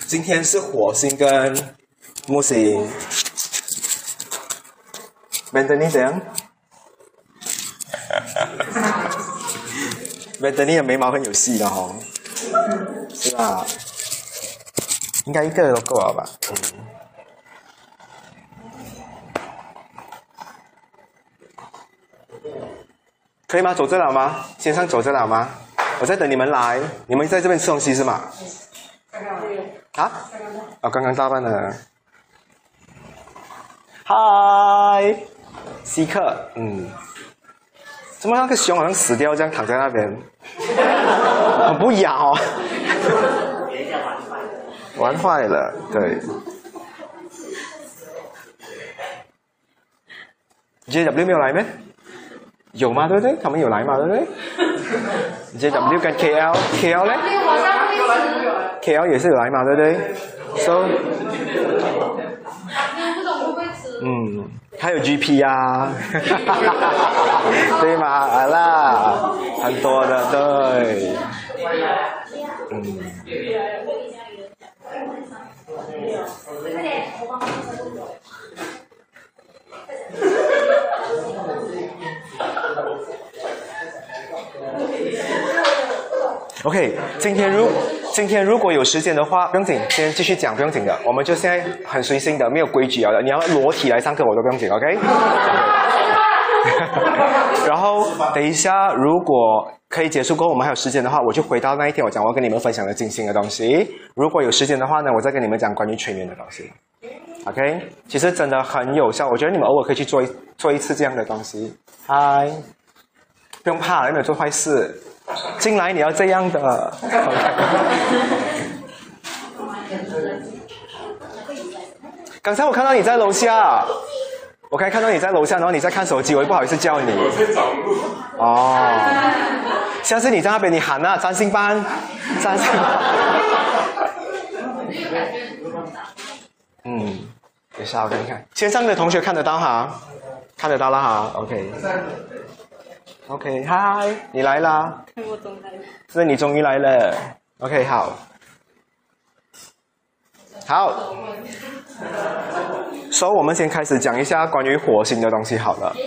今天是火星跟木星。Bethany 怎样？Bethany 的眉毛很有戏的哦，是吧？应该一个都够了吧？可以吗？走这了吗？先生走这了吗？我在等你们来，你们在这边吃东西是吗？啊？哦，刚刚到班了。嗨，稀客，怎么那个熊好像死掉这样躺在那边？很不雅哦。玩坏了，对。JW 没有来咩？有吗？对不对？他们有来嘛？对不对？JW 跟 KL 呢 ？KL 也是有来嘛？对不对 ？So， 还有 GP 啊，对吗？好啦，很多的，对。OK， 今天如果有时间的话，不用紧，先继续讲，不用紧的。我们就现在很随性的，没有规矩了的。你要裸体来上课，我都不用紧 ，OK？ 然后等一下，如果可以结束过后，我们还有时间的话，我就回到那一天我讲我要跟你们分享的金星的东西。如果有时间的话呢，我再跟你们讲关于催眠的东西。OK， 其实真的很有效，我觉得你们偶尔可以去做一次这样的东西。嗨，不用怕，有没有做坏事？进来你要这样的。刚才我看到你在楼下，我刚才看到你在楼下，然后你在看手机，我也不好意思叫你。 我在找路。 哦，下次你在那边你喊啊，占星班，占星班。等一下我看看，线上的同学看得到哈，看得到了哈 ，OK， 嗨，你来啦， 我终于来了， 是你终于来了 ，OK， 好，所以我们先开始讲一下关于火星的东西好了，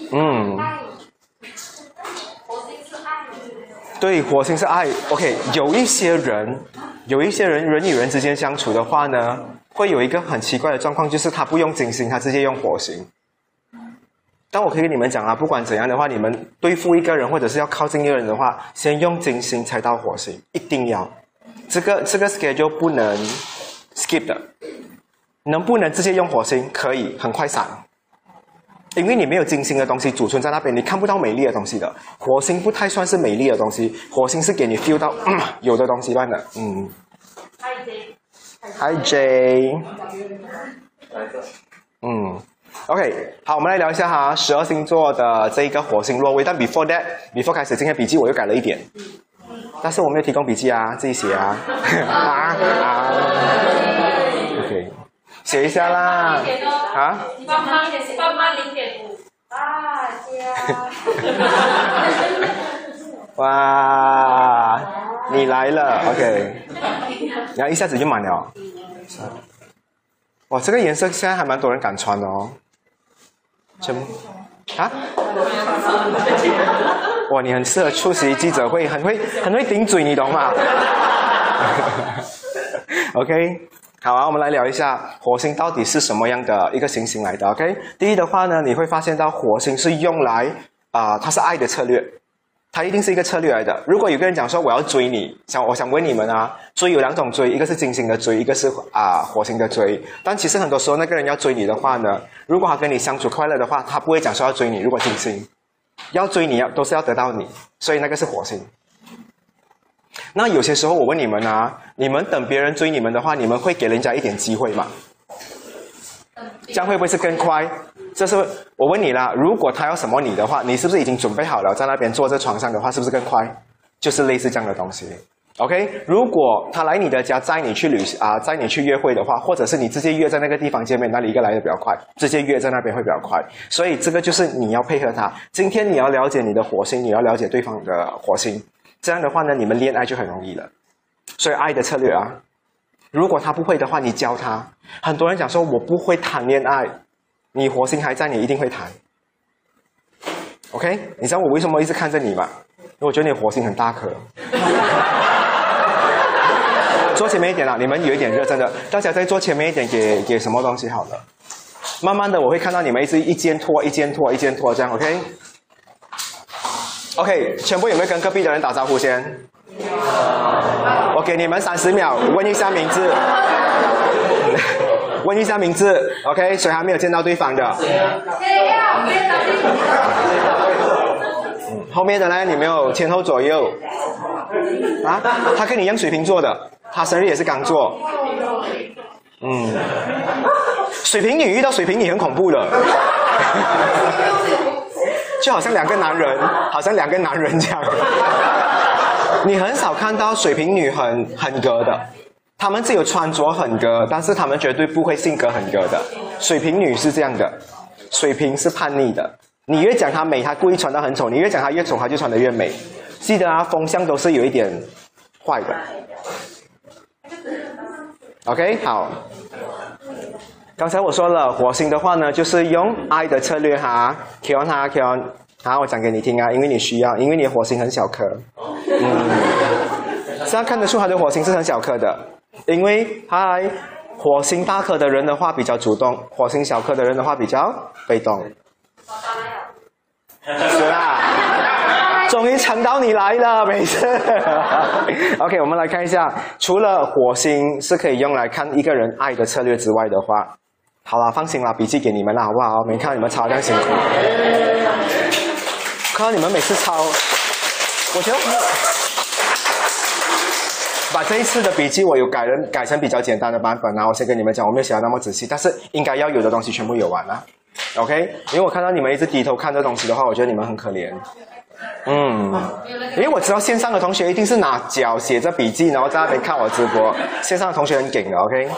对，火星是爱 ，OK， 有一些人人与人之间相处的话呢，会有一个很奇怪的状况，就是他不用金星，他直接用火星。但我可以跟你们讲啊，不管怎样的话，你们对付一个人或者是要靠近一个人的话，先用金星才到火星，一定要。这个 schedule 不能 skip 的，能不能直接用火星？可以，很快闪。因为你没有金星的东西储存在那边，你看不到美丽的东西的。火星不太算是美丽的东西，火星是给你 feel 到有的东西乱的。Hi J。OK， 好，我们来聊一下哈，12星座的这一个火星落位。但 before 开始，今天笔记我又改了一点，但是我没有提供笔记啊，自己写啊。OK， 写一下啦。啊？ 爸妈0.5，大家。 哇，你来了 ，OK， 然后一下子就满了。哇，这个颜色现在还蛮多人敢穿的哦。啊？哇，你很适合出席记者会，很会顶嘴，你懂吗？OK， 好啊，我们来聊一下火星到底是什么样的一个行星来的 ？OK， 第一的话呢，你会发现到火星是用来它是爱的策略。它一定是一个策略来的。如果有个人讲说我要追你，我想问你们啊，追有两种追，一个是金星的追，一个是火星的追。但其实很多时候那个人要追你的话呢，如果他跟你相处快乐的话，他不会讲说要追你。如果金星要追你都是要得到你，所以那个是火星。那有些时候我问你们啊，你们等别人追你们的话，你们会给人家一点机会吗？这样会不会是更快？这是我问你啦，如果他要什么你的话，你是不是已经准备好了，在那边坐在床上的话，是不是更快？就是类似这样的东西。OK， 如果他来你的家载你去载你去约会的话，或者是你直接约在那个地方见面，哪里一个来的比较快？直接约在那边会比较快。所以这个就是你要配合他。今天你要了解你的火星，你要了解对方的火星，这样的话呢，你们恋爱就很容易了。所以爱的策略啊。 如果他不会的话，你教他。很多人讲说我不会谈恋爱，你火星还在，你一定会谈。OK， 你知道我为什么一直看着你吗？因为我觉得你火星很大颗。坐前面一点啦，你们有一点热，真的。大家再坐前面一点，给什么东西好了。慢慢的，我会看到你们一件拖一件拖一件拖这样 ，OK？OK， 全部有没有跟隔壁的人打招呼先？我给你们30秒，问一下名字。问一下名字 ，OK？ 谁还没有见到对方的？后面的呢？你没有前后左右？啊？他跟你一样水瓶座的，他生日也是刚做。水瓶女遇到水瓶女很恐怖的，就好像两个男人这样。你很少看到水瓶女很格的。他们只有穿着很格，但是他们绝对不会性格很格的。水瓶女是这样的，水瓶是叛逆的。你越讲她美，她故意穿得很丑；你越讲她越丑，她就穿得越美。记得啊，风向都是有一点坏的。OK， 好。刚才我说了，火星的话呢，就是用爱的策略哈 ，Kion 哈 Kion， 好，我讲给你听啊，因为你需要，因为你的火星很小颗。这样看得出他的火星是很小颗的。因为火星大颗的人的话比较主动，火星小颗的人的话比较被动。是啦，终于撑到你来了，没事。OK， 我们来看一下，除了火星是可以用来看一个人爱的策略之外的话，好啦，放心啦，笔记给你们啦，好不好？没看到你们抄这样辛苦，看到你们每次抄，我觉得。把这一次的笔记我有改成比较简单的版本啊，我先跟你们讲，我没有写得那么仔细，但是应该要有的东西全部有完了 ，OK？ 因为我看到你们一直低头看这东西的话，我觉得你们很可怜。因为我知道线上的同学一定是拿脚写着笔记，然后在那边看我直播，线上的同学很劲的 ，OK？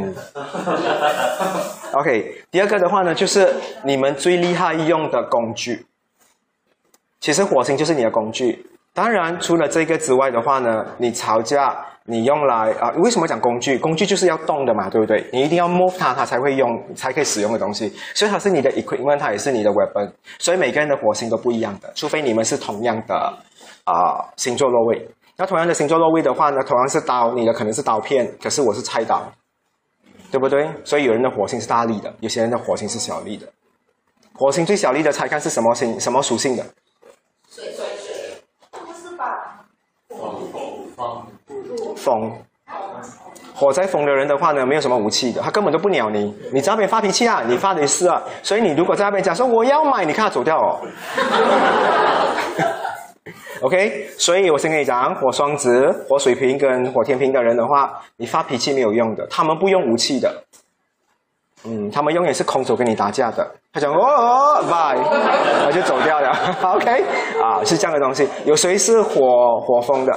OK， 第二个的话呢，就是你们最厉害用的工具。其实火星就是你的工具。当然，除了这个之外的话呢，你吵架，你用来为什么讲工具？工具就是要动的嘛，对不对？你一定要 move 它，它才会用，才可以使用的东西。所以它是你的 equipment， 它也是你的 weapon。所以每个人的火星都不一样的，除非你们是同样的星座落位。那同样的星座落位的话呢，同样是刀，你的可能是刀片，可是我是菜刀，对不对？所以有人的火星是大力的，有些人的火星是小力的。火星最小力的，猜看是什么星？什么属性的？风，火在风的人的话呢，没有什么武器的，他根本都不鸟你。你在那边发脾气啊，你发的是啊，所以你如果在那边讲说我要买，你看他走掉哦。OK， 所以我先跟你讲，火双子、火水瓶跟火天平的人的话，你发脾气没有用的，他们不用武器的。他们永远是空手跟你打架的。他讲bye， 我就走掉了。OK， 是这样的东西。有谁是火风的？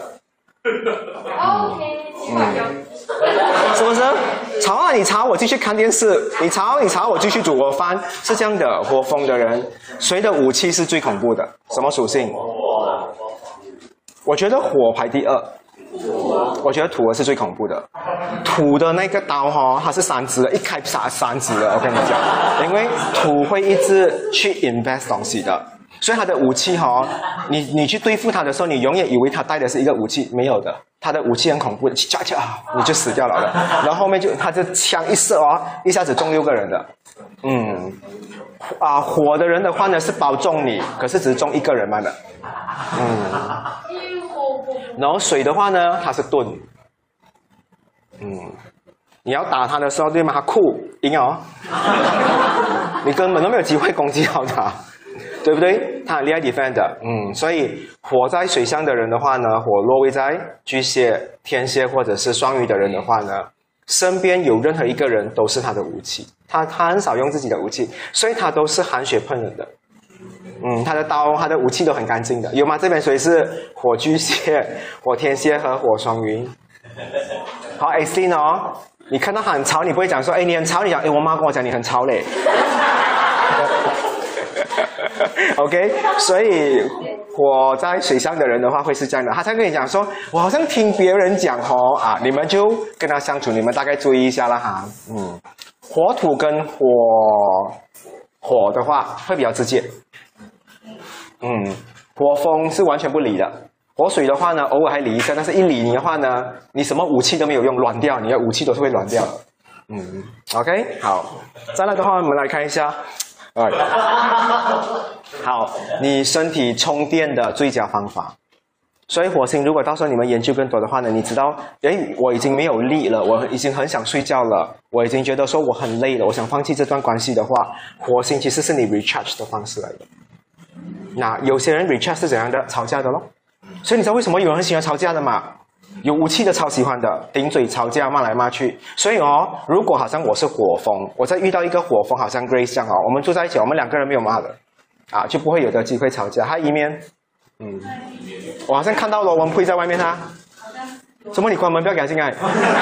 是不是？吵啊，你吵我继续看电视，你吵我继续煮我饭，是这样的。火风的人，谁的武器是最恐怖的？什么属性？我觉得火排第二。我觉得土是最恐怖的，土的那个刀它是3支的，一开杀3支的，我跟你讲，因为土会一直去 invest 东西的，所以他的武器你去对付他的时候，你永远以为他带的是一个武器，没有的，他的武器很恐怖的，你就死掉了的，然后后面他的枪一射一下子中6个人的，火的人的话呢是包中你，可是只中1个人嘛的，然后水的话呢，它是盾，你要打他的时候，对吗？他酷赢你根本都没有机会攻击到他，对不对？他很厉害 defender，所以火在水象的人的话呢，火落位在巨蟹、天蝎或者是双鱼的人的话呢，身边有任何一个人都是他的武器，他很少用自己的武器，所以他都是含血喷人的。他的刀、他的武器都很干净的，有吗？这边谁是火巨蟹、火天蝎和火双鱼？好 ，Aixlin 你看到他很潮，你不会讲说，你很潮，你讲，我妈跟我讲你很潮嘞。OK， 所以活在水上的人的话会是这样的，他才跟你讲说，我好像听别人讲哦啊，你们就跟他相处，你们大概注意一下啦哈。火土跟火的话会比较直接，火风是完全不理的，火水的话呢偶尔还理一下，但是一理你的话呢，你什么武器都没有用，软掉，你的武器都是会软掉的。OK， 好，再来的话我们来看一下。好，你身体充电的最佳方法。所以火星，如果到时候你们研究更多的话呢，你知道，我已经没有力了，我已经很想睡觉了，我已经觉得说我很累了，我想放弃这段关系的话，火星其实是你 recharge 的方式来的。那有些人 recharge 是怎样的？吵架的咯。所以你知道为什么有人很喜欢吵架的吗？有武器的超喜欢的，顶嘴吵架骂来骂去。所以如果好像我是火风，我再遇到一个火风，好像 Grace 这样我们住在一起，我们两个人没有骂的，就不会有的机会吵架。他一面，我好像看到罗文佩在外面什么？你关门不要给他进来。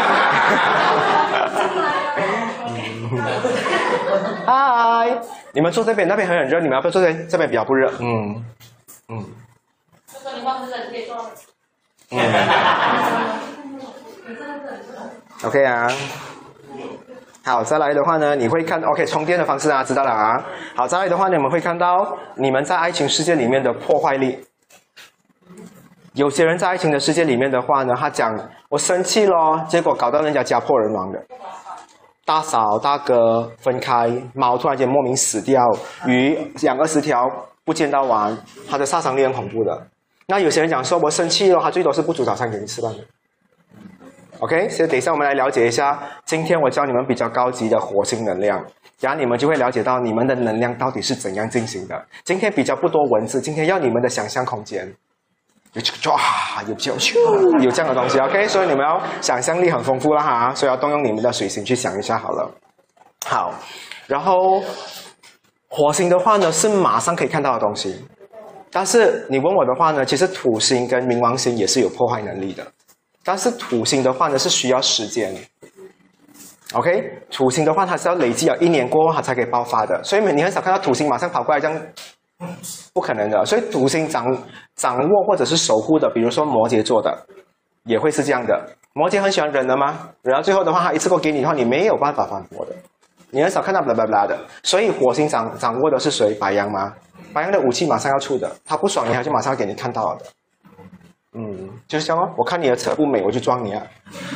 嗨，你们坐这边，那边很热，你们要不要坐这边比较不热？OK 啊，好，再来的话呢，你会看 OK 充电的方式知道了啊。好，再来的话呢，你们会看到你们在爱情世界里面的破坏力。有些人在爱情的世界里面的话呢，他讲我生气咯，结果搞到人家家破人亡的，大嫂大哥分开，猫突然间莫名死掉，鱼养20条不见到完，他的杀伤力很恐怖的。那有些人讲说我生气了，他最多是不煮早餐给你吃饭的。OK， 所以等一下我们来了解一下，今天我教你们比较高级的火星能量，然后你们就会了解到你们的能量到底是怎样进行的。今天比较不多文字，今天要你们的想象空间，有这样的东西 OK， 所以你们要想象力很丰富了哈，所以要动用你们的水星去想一下好了。好，然后火星的话呢是马上可以看到的东西。但是你问我的话呢，其实土星跟冥王星也是有破坏能力的，但是土星的话呢是需要时间。OK， 土星的话它是要累积了1年过后它才可以爆发的，所以你很少看到土星马上跑过来这样，不可能的。所以土星掌握或者是守护的，比如说摩羯座的，也会是这样的。摩羯很喜欢忍的吗？忍到最后的话，他一次过给你的话，你没有办法反驳的。你很少看到blah blah blah的。所以火星掌握的是谁？白羊吗？白羊的武器马上要出的，他不爽你，他就马上要给你看到了的。就是这样我看你的车不美，我就撞你啊。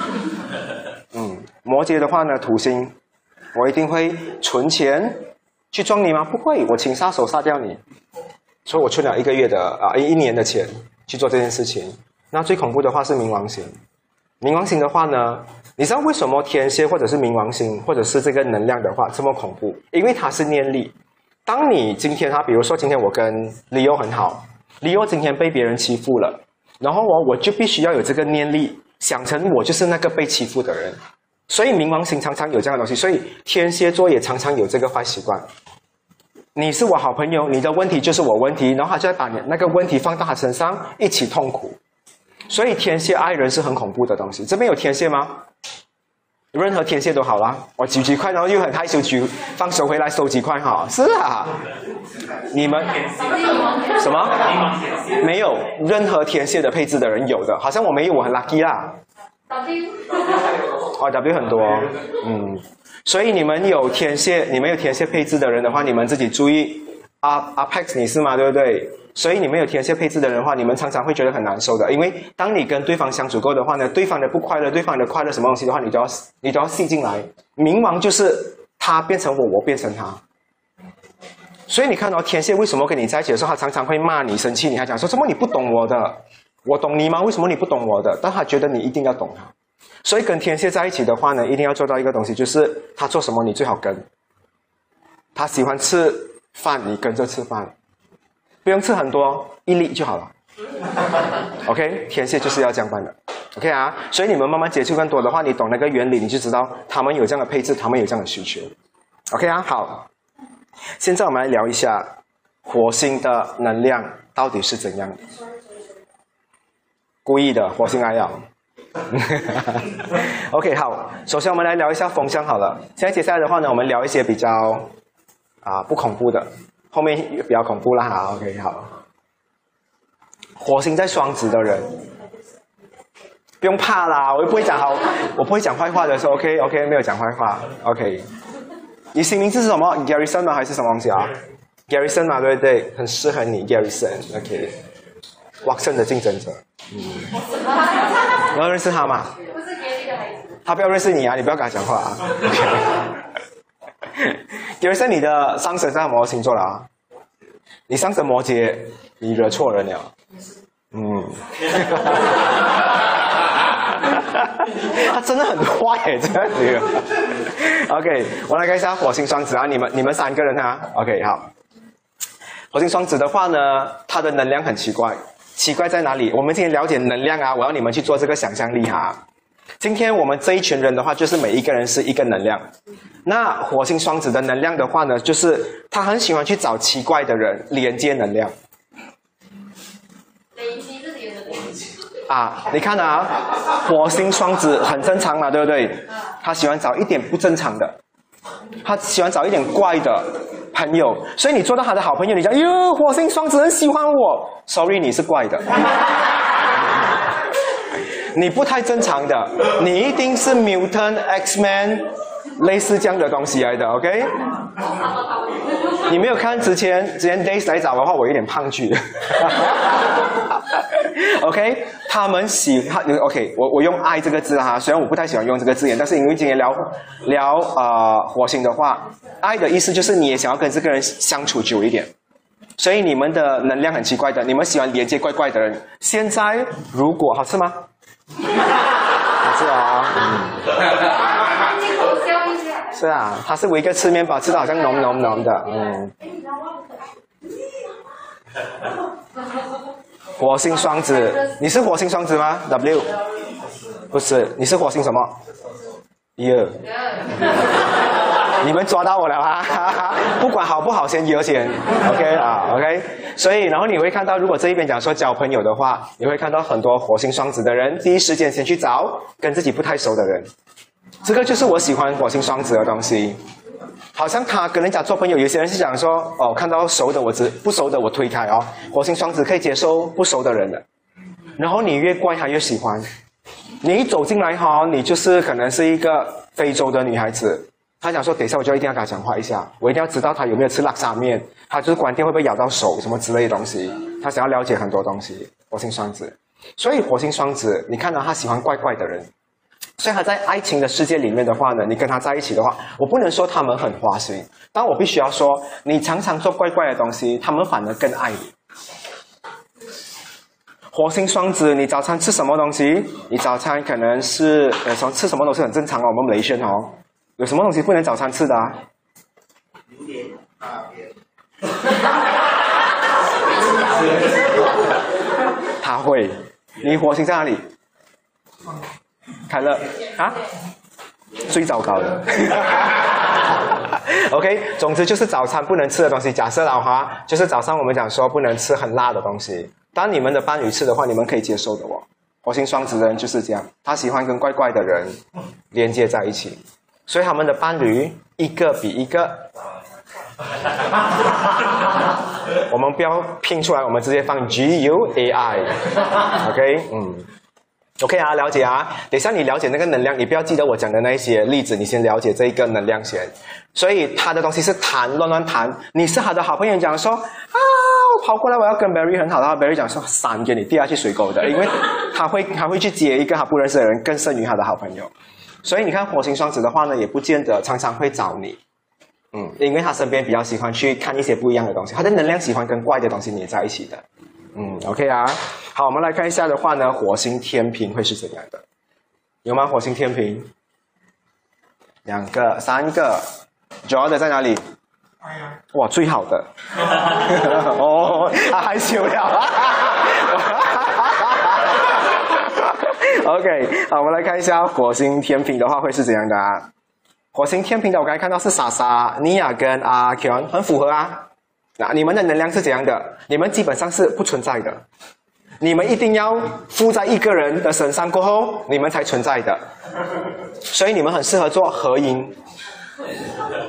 摩羯的话呢，土星，我一定会存钱去撞你吗？不会，我请杀手杀掉你。所以我存了1个月的1年的钱去做这件事情。那最恐怖的话是冥王星。冥王星的话呢，你知道为什么天蝎或者是冥王星或者是这个能量的话这么恐怖？因为它是念力。当你今天比如说今天我跟 Leo 很好， Leo 今天被别人欺负了，然后我就必须要有这个念力，想成我就是那个被欺负的人。所以冥王星常常有这样的东西，所以天蝎座也常常有这个坏习惯。你是我好朋友，你的问题就是我问题，然后他就会把你那个问题放到他身上一起痛苦。所以天蝎爱人是很恐怖的东西。这边有天蝎吗？任何天蝎都好啦，我举几块，然后又很害羞放手回来收几块哈。是啊，你们什么？没有任何天蝎的配置的人有的，好像我没有，我很 lucky 啦。W 很多所以你们有天蝎配置的人的话，你们自己注意。Apex 你是吗？对不对？所以你们有天蝎配置的人的话，你们常常会觉得很难受的，因为当你跟对方相处够的话呢，对方的不快乐，对方的快乐什么东西的话，你都要吸进来。冥王就是他变成我变成他。所以你看天蝎为什么跟你在一起的时候，他常常会骂你、生气你，还讲说什么你不懂我的，我懂你吗？为什么你不懂我的？但他觉得你一定要懂他。所以跟天蝎在一起的话呢，一定要做到一个东西，就是他做什么你最好跟。他喜欢吃饭，你跟着吃饭，不用吃很多，1粒就好了。OK， 天蝎就是要这样办的。OK 所以你们慢慢接触更多的话，你懂那个原理，你就知道他们有这样的配置，他们有这样的需求。OK 好。现在我们来聊一下火星的能量到底是怎样的。故意的，火星来了。OK 好，首先我们来聊一下风象好了。现在接下来的话呢，我们聊一些比较不恐怖的，后面比较恐怖啦。OK 好。 火星在双子的人，不用怕啦，我又不会讲我不会讲坏话的，说 OK， 没有讲坏话 ，OK。你新名字是什么 ？Garrison 吗？还是什么东西啊 ？Garrison 嘛，对不对？很适合你 ，Garrison，OK。Watson 的竞争者，你要认识他吗？ 不是给你的孩子。 他不要认识你啊，你不要跟他讲话啊。OK。Garrison， 你的上升在什么星座了啊？你上升摩羯，你惹错人了。他真的很坏耶，这样子。OK， 我来看一下火星双子啊，你们3个人啊。OK， 好。火星双子的话呢，它的能量很奇怪，奇怪在哪里？我们今天了解能量啊，我要你们去做这个想象力哈。今天我们这一群人的话，就是每一个人是一个能量。那火星双子的能量的话呢，就是他很喜欢去找奇怪的人连接能量。啊，你看啊，火星双子很正常嘛，对不对？他喜欢找一点不正常的，他喜欢找一点怪的朋友，所以你做到他的好朋友，你讲哟，火星双子很喜欢我 ，sorry， 你是怪的，你不太正常的，你一定是 Mutant X-Men 类似这样的东西来的 ，OK？ 你没有看之前 Days 来找的话，我有点胖剧。OK， 他们OK， 我用爱这个字哈，虽然我不太喜欢用这个字眼，但是因为今天聊火星的话，爱的意思就是你也想要跟这个人相处久一点，所以你们的能量很奇怪的，你们喜欢连接怪怪的人。现在如果好吃吗？好吃啊，是啊，他是唯一一个吃面包吃的好像浓的，火星双子，你是火星双子吗 ？W， 不是，你是火星什么？2。你们抓到我了啊！不管好不好，先2先 ，OK 啊 ，OK。所以，然后你会看到，如果这一边讲说交朋友的话，你会看到很多火星双子的人，第一时间先去找跟自己不太熟的人。这个就是我喜欢火星双子的东西。好像他跟人家做朋友，有些人是讲说，哦，看到熟的不熟的我推开哦。火星双子可以接受不熟的人的，然后你越怪他越喜欢。你一走进来哈，你就是可能是一个非洲的女孩子，她讲说，等一下我就一定要跟她讲话一下，我一定要知道她有没有吃拉沙面，她就是关店会不会咬到手什么之类的东西，她想要了解很多东西。火星双子，所以火星双子，你看到他喜欢怪怪的人。所以他在爱情的世界里面的话呢，你跟他在一起的话，我不能说他们很花心，但我必须要说，你常常做怪怪的东西，他们反而更爱你。火星双子，你早餐吃什么东西？你早餐可能是吃什么都是很正常哦，我们Malaysian哦，有什么东西不能早餐吃的啊？ 榴莲、大便。 他会，你火星在哪里？凯乐啊，最糟糕的。OK， 总之就是早餐不能吃的东西。假设了哈，就是早上我们讲说不能吃很辣的东西。当你们的伴侣吃的话，你们可以接受的哦。火星双子的人就是这样，他喜欢跟怪怪的人连接在一起，所以他们的伴侣一个比一个。我们不要拼出来，我们直接放 GUAI。OK， OK 啊，了解啊。等一下你了解那个能量，你不要记得我讲的那一些例子，你先了解这一个能量先。所以他的东西是弹，乱弹。你是他的好朋友，讲说啊，我跑过来我要跟 Barry 很好，然后 Barry 讲说闪给你掉下去水沟的，因为他会去接一个他不认识的人，更胜于他的好朋友。所以你看火星双子的话呢，也不见得常常会找你。因为他身边比较喜欢去看一些不一样的东西，他的能量喜欢跟怪的东西黏在一起的。OK 啊，好，我们来看一下的话呢，火星天平会是怎样的？有吗？火星天平？2个、3个 ，Jordan 在哪里？哇，最好的。哦，他害羞了。OK， 好，我们来看一下火星天平的话会是怎样的啊？火星天平的，我刚才看到是莎莎、尼亚跟阿 Kion， 很符合啊。那你们的能量是怎样的？你们基本上是不存在的，你们一定要附在一个人的身上过后，你们才存在的。所以你们很适合做合音。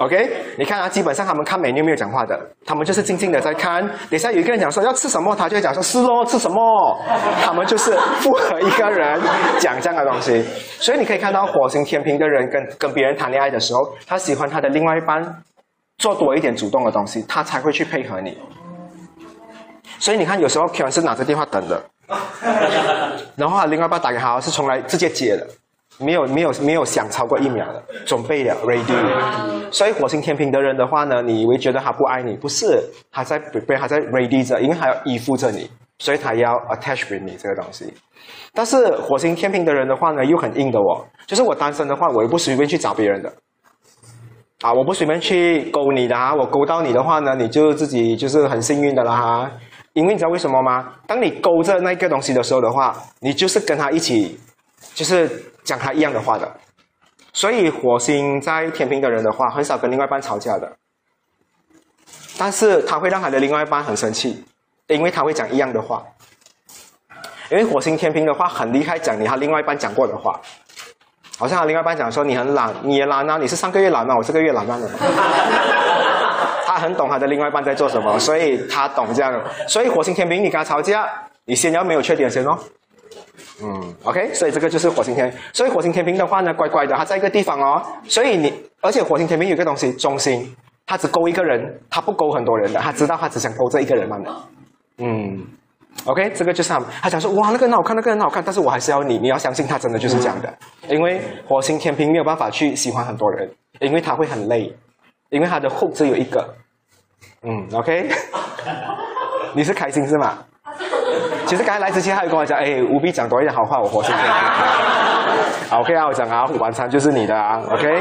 OK， 你看啊，基本上他们看美妞没有讲话的，他们就是静静的在看。等下有一个人讲说要吃什么，他就会讲说是咯，吃什么。他们就是附和一个人讲这样的东西。所以你可以看到火星天平的人跟别人谈恋爱的时候，他喜欢他的另外一半做多一点主动的东西，他才会去配合你。所以你看，有时候 Karen 是拿着电话等的，然后他另外一半打给他是从来直接接的。没有想超过1秒的，准备了 ready。所以火星天平的人的话呢，你以为觉得他不爱你，不是，他在 ready 着，因为他要依附着你，所以他要 attach with 你这个东西。但是火星天平的人的话呢，又很硬的哦，就是我单身的话，我又不随便去找别人的。啊，我不随便去勾你的啊，我勾到你的话呢，你就自己就是很幸运的啦哈。因为你知道为什么吗？当你勾着那个东西的时候的话，你就是跟他一起，就是讲他一样的话的。所以火星在天平的人的话，很少跟另外一半吵架的。但是他会让他的另外一半很生气，因为他会讲一样的话。因为火星天平的话很厉害，讲他另外一半讲过的话。好像他另外一半讲说你很懒，你也懒啊，你是上个月懒啊，我这个月懒慢了。他很懂他的另外一半在做什么，所以他懂这样的。所以火星天平，你跟他吵架，你先要没有缺点先哦。OK， 所以这个就是火星天。所以火星天平的话呢，乖乖的，他在一个地方哦。所以而且火星天平有一个东西，忠心，他只勾一个人，他不勾很多人的，他知道他只想勾这一个人嘛的。OK， 这个就是他讲说哇那个很好看，那个很好看，但是我还是要你要相信他真的就是这样的。因为火星天平没有办法去喜欢很多人，因为他会很累，因为他的 hook 只有一个。OK， 你是开心是吗？其实刚才来之前，他有跟我讲，务必讲多一点好话，我火星天平。OK 啊，我讲啊，晚餐就是你的啊 ，OK。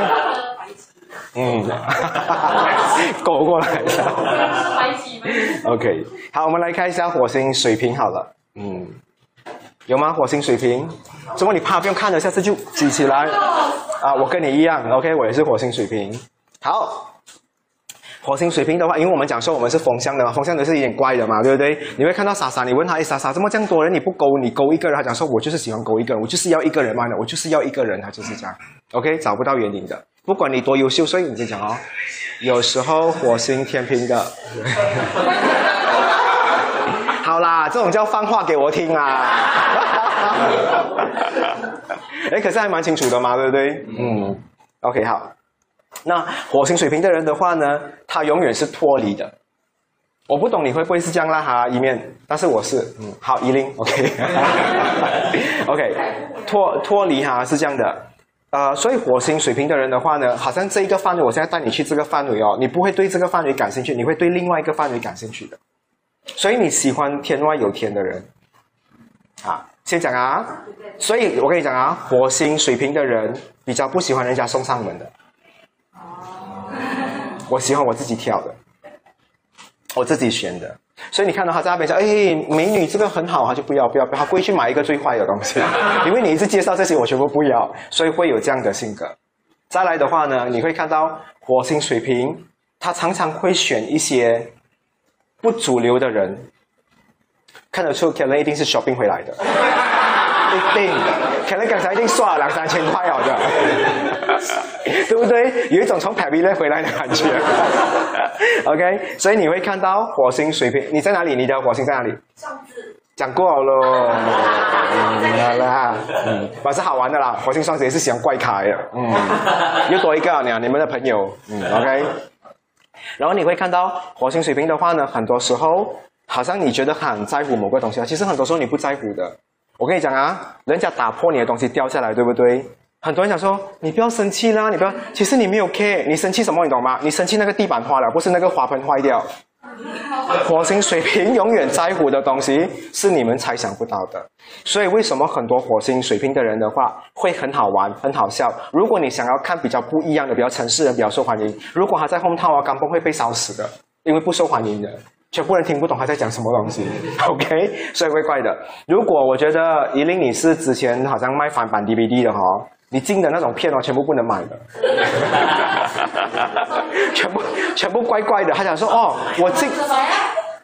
狗过来的。OK， 好，我们来看一下火星水瓶好了。有吗？火星水瓶？怎么你怕不用看了，下次就举起来。啊，我跟你一样 ，OK， 我也是火星水瓶。好。火星水瓶的话，因为我们讲说我们是风象的嘛，风象的是有点怪的嘛，对不对？你会看到莎莎，你问他，莎莎，怎么这样多人你不勾，你勾一个人？他讲说，我就是喜欢勾一个人，我就是要一个人嘛的，我就是要一个人，他就是这样。OK， 找不到原因的，不管你多优秀，所以你就讲哦，有时候火星天平的，好啦，这种叫放话给我听啊。可是还蛮清楚的嘛，对不对？OK， 好。那火星水瓶的人的话呢，他永远是脱离的。我不懂你会不会是这样啦哈，一面，但是我是好10 OK OK 脱离哈是这样的。所以火星水瓶的人的话呢，好像这一个范围，我现在带你去这个范围哦，你不会对这个范围感兴趣，你会对另外一个范围感兴趣的。所以你喜欢天外有天的人啊，先讲啊。所以我跟你讲啊，火星水瓶的人比较不喜欢人家送上门的。我喜欢我自己挑的，我自己选的，所以你看到他在那边讲，美女这个很好，他就不要，他故意去买一个最坏的东西，因为你一直介绍这些，我全部不要，所以会有这样的性格。再来的话呢，你会看到火星水瓶，他常常会选一些不主流的人，看得出可能一定是 shopping 回来的，一定，可能刚才一定刷了2-3千块的。对不对？有一种从 Pavilion 回来的感觉。OK， 所以你会看到火星水瓶，你在哪里？你的火星在哪里？ 双子。 讲过了好啦，反正好玩的啦。火星双子也是喜欢怪咖的，又多一个你们的朋友，OK。然后你会看到火星水瓶的话呢，很多时候好像你觉得很在乎某个东西，其实很多时候你不在乎的。我跟你讲啊，人家打破你的东西掉下来，对不对？很多人讲说你不要生气啦，你不要，其实你没有 care， 你生气什么你懂吗？你生气那个地板坏了，不是那个花盆坏掉。火星水瓶永远在乎的东西是你们猜想不到的，所以为什么很多火星水瓶的人的话会很好玩很好笑。如果你想要看比较不一样的，比较城市人比较受欢迎，如果他在hometown啊，根本会被烧死的，因为不受欢迎的，全部人听不懂他在讲什么东西。OK， 所以会怪的。如果我觉得依琳你是之前好像卖翻版 DVD 的你进的那种片全部不能买的，全部怪怪的。他讲说我进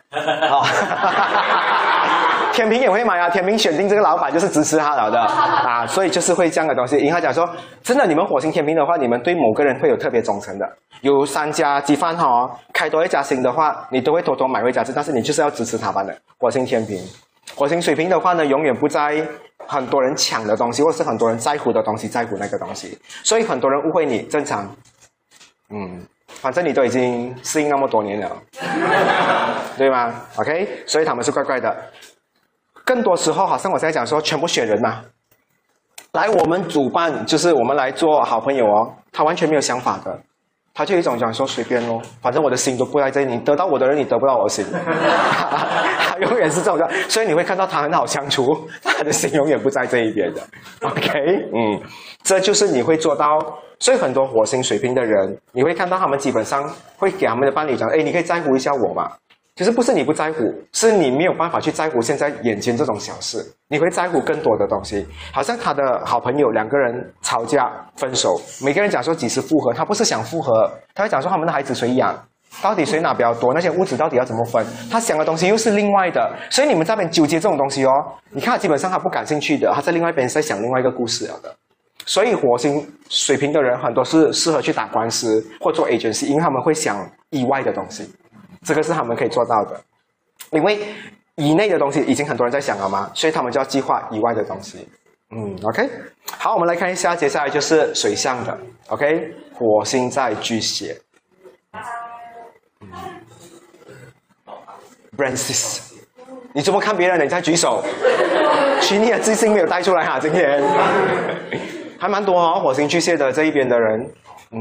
哦，天平也会买啊，天平选定这个老板就是支持他了的啊，所以就是会这样的东西。因为他讲说，真的，你们火星天平的话，你们对某个人会有特别忠诚的。有3家鸡饭哈，开多一家新的话，你都会偷偷买回家吃，但是你就是要支持他们的。火星天平，火星水瓶的话呢，永远不在很多人抢的东西，或是很多人在乎的东西，在乎那个东西，所以很多人误会你，正常。反正你都已经适应那么多年了，对吗 ？OK， 所以他们是怪怪的。更多时候，好像我现在讲说，全部选人嘛，来我们主办，就是我们来做好朋友哦，他完全没有想法的，他就有一种讲说随便咯，反正我的心都不在这里，你得到我的人，你得不到我的心，他永远是这种的，所以你会看到他很好相处，他的心永远不在这一边的。OK， 这就是你会做到。所以很多火星水瓶的人，你会看到他们基本上会给他们的伴侣讲，哎，你可以在乎一下我嘛。其实不是你不在乎，是你没有办法去在乎现在眼前这种小事，你会在乎更多的东西。好像他的好朋友2个人吵架分手，每个人讲说几时复合，他不是想复合，他会讲说他们的孩子谁养，到底谁拿比较多，那些物质到底要怎么分，他想的东西又是另外的。所以你们在那边纠结这种东西哦，你看基本上他不感兴趣的，他在另外一边在想另外一个故事了的。所以火星水瓶的人很多是适合去打官司或做 agency， 因为他们会想以外的东西，这个是他们可以做到的。因为以内的东西已经很多人在想了嘛，所以他们就要计划以外的东西。OK， 好，我们来看一下，接下来就是水象的。OK， 火星在巨蟹。Francis， 你怎么看别人？你在举手？许你的自信没有带出来哈，今天。还蛮多哦，火星巨蟹的这一边的人，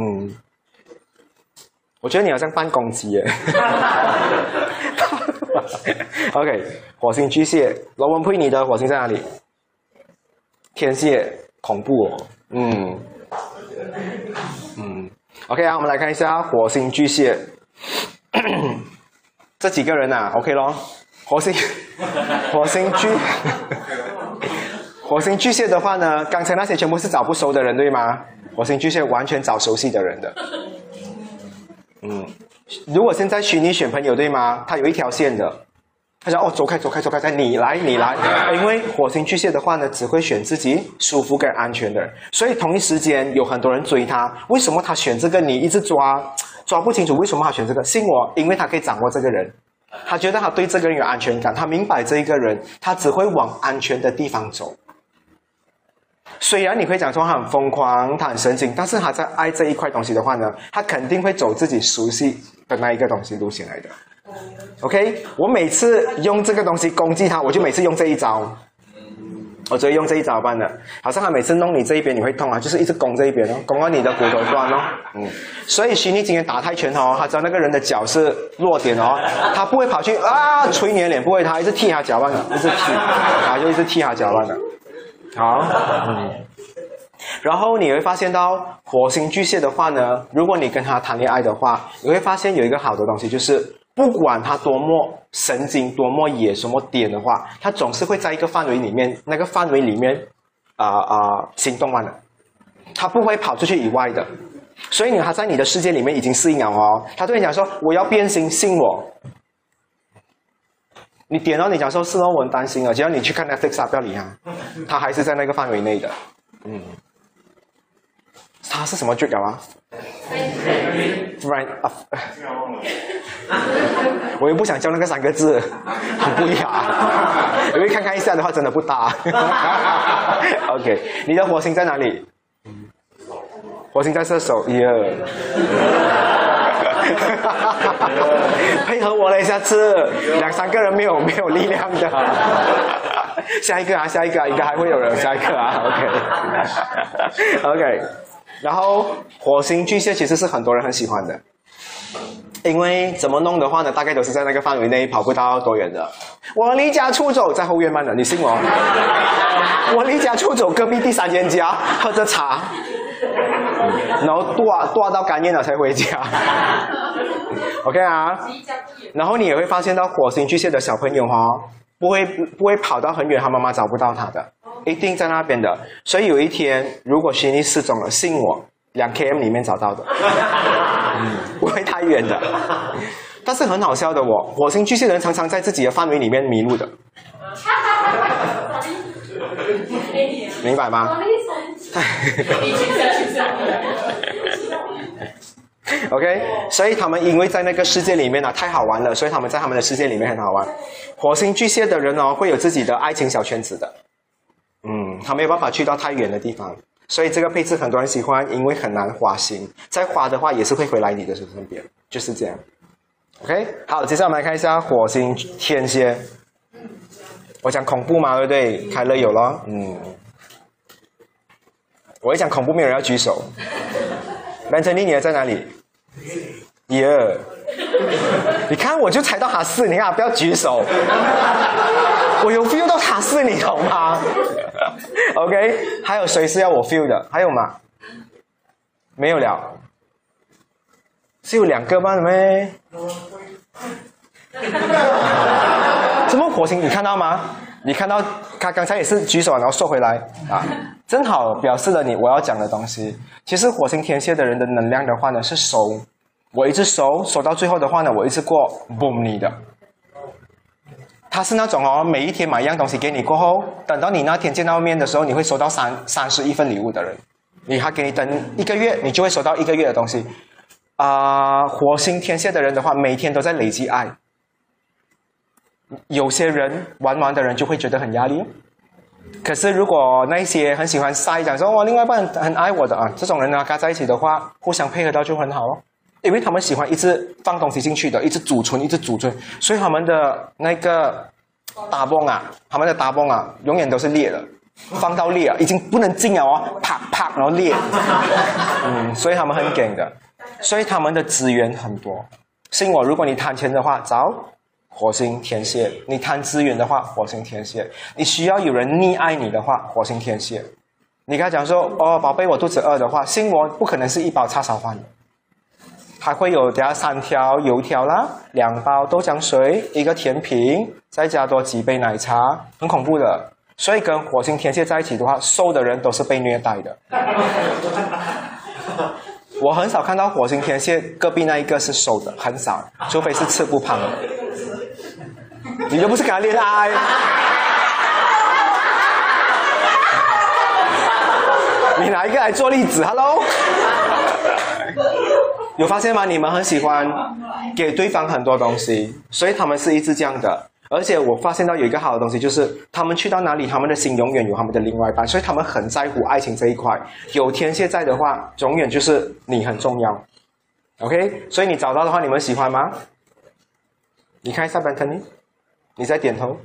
我觉得你好像扮公鸡耶。OK， 火星巨蟹，罗文佩你的火星在哪里？天蝎，恐怖哦。OK 啊，我们来看一下火星巨蟹，这几个人啊 ，OK 咯，火星巨蟹的话呢，刚才那些全部是找不熟的人，对吗？火星巨蟹完全找熟悉的人的。如果现在虚拟选朋友，对吗？他有一条线的，他说：“哦，走开，再你来。”因为火星巨蟹的话呢，只会选自己舒服跟安全的人，所以同一时间有很多人追他。为什么他选这个？你一直抓不清楚为什么他选这个？信我，因为他可以掌握这个人，他觉得他对这个人有安全感，他明白这一个人，他只会往安全的地方走。虽然你会讲说他很疯狂，他很神经，但是他在爱这一块东西的话呢，他肯定会走自己熟悉的那一个东西路线来的。OK， 我每次用这个东西攻击他，我就每次用这一招，我只会用这一招办的。好像他每次弄你这一边你会痛啊，就是一直攻这一边哦，攻到你的骨头断哦。所以徐妮今天打泰拳哦，他知道那个人的脚是弱点哦，他不会跑去捶你的脸，不会，他一直踢他脚腕的，一直踢他脚腕的。好，然后你会发现到火星巨蟹的话呢，如果你跟他谈恋爱的话，你会发现有一个好的东西，就是不管他多么神经、多么野、什么点的话，他总是会在一个范围里面，那个范围里面行动完的，他不会跑出去以外的。所以他在你的世界里面已经适应了哦，他对你讲说我要变心，信我。你点到你讲说是哦，我很担心啊，只要你去看 Netflix 不要理他还是在那个范围内的。他是什么剧啊？Friend， 我又不想叫那个3个字，很不雅。因为看一下的话，真的不搭。OK， 你的火星在哪里？火星在射手。配合我了，下次2-3个人没有力量的。下一个应该还会有人。下一个OK。然后火星巨蟹其实是很多人很喜欢的，因为怎么弄的话呢，大概都是在那个范围内，跑不到多远的。我离家出走，在后院班的，你信我？我离家出走，隔壁第3间家喝着茶，然后剁到干咽了才回家。OK 啊，然后你也会发现到火星巨蟹的小朋友不会跑到很远，他妈妈找不到他的，一定在那边的。所以有一天，如果徐妮失踪了，信我，2 km 里面找到的，不会太远的。 但是很好笑的哦，火星巨蟹的人常常在自己的范围里面迷路的，明白吗？OK， 所以他们因为在那个世界里面呢、太好玩了，所以他们在他们的世界里面很好玩。火星巨蟹的人哦，会有自己的爱情小圈子的，他没有办法去到太远的地方，所以这个配置很多人喜欢，因为很难花心，再花的话也是会回来你的身边，就是这样。OK， 好，接下来我们来看一下火星天蝎。我讲恐怖嘛，对不对？开了有了，我一讲恐怖，没有人要举手。Anthony， 你在哪里？你看我就猜到他是，你看不要举手。我有 feel 到他是，你懂吗 ？OK， 还有谁是要我 feel 的？还有吗？没有了。是有2个吗？没？什么火星？你看到吗？你看到他刚才也是举手，然后收回来啊，正好表示了我要讲的东西。其实火星天蝎的人的能量的话呢是收，我一直收到最后的话呢，我一直过 boom 你的。他是那种每一天买一样东西给你过后，等到你那天见到面的时候，你会收到31份礼物的人。他给你等1个月，你就会收到1个月的东西。火星天蝎的人的话，每天都在累积爱。有些人玩的人就会觉得很压力，可是如果那些很喜欢晒讲说另外一半很爱我的这种人呢，跟他在一起的话，互相配合到就很好哦。因为他们喜欢一直放东西进去的，一直储存，所以他们的那个打崩永远都是裂的，放到裂已经不能进了啪啪然后裂，所以他们很梗的，所以他们的资源很多。信我，如果你贪钱的话，找火星天蝎；你贪资源的话，火星天蝎；你需要有人溺爱你的话，火星天蝎。你跟他讲说宝贝，我肚子饿的话，信我，不可能是1包叉烧饭，还会有加3条油条啦，2包豆浆水，1个甜品，再加多几杯奶茶，很恐怖的。所以跟火星天蝎在一起的话，瘦的人都是被虐待的。我很少看到火星天蝎隔壁那一个是瘦的，很少，除非是吃不胖的。你又不是跟他恋爱。你拿一个来做例子 ，Hello？ 有发现吗？你们很喜欢给对方很多东西，所以他们是一直这样的。而且我发现到有一个好的东西，就是他们去到哪里，他们的心永远有他们的另外一半，所以他们很在乎爱情这一块。有天蝎在的话，永远就是你很重要。OK， 所以你找到的话，你们喜欢吗？你看一下 Anthony， 你在点头。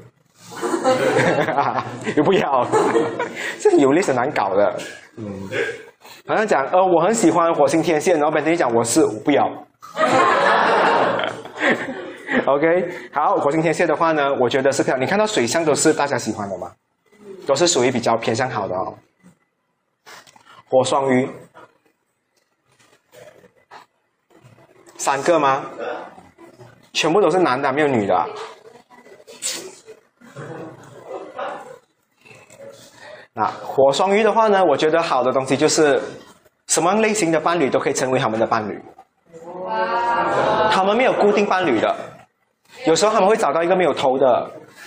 又不要，这有历史难搞的。好像讲我很喜欢火星天蝎，然后 Anthony 讲我不要。OK， 好，火星天蝎的话呢，我觉得是漂亮。你看到水象都是大家喜欢的吗？都是属于比较偏向好的哦。火双鱼，3个吗？全部都是男的，没有女的。那火双鱼的话呢，我觉得好的东西就是什么类型的伴侣都可以成为他们的伴侣。他们没有固定伴侣的，有时候他们会找到一个没有头的，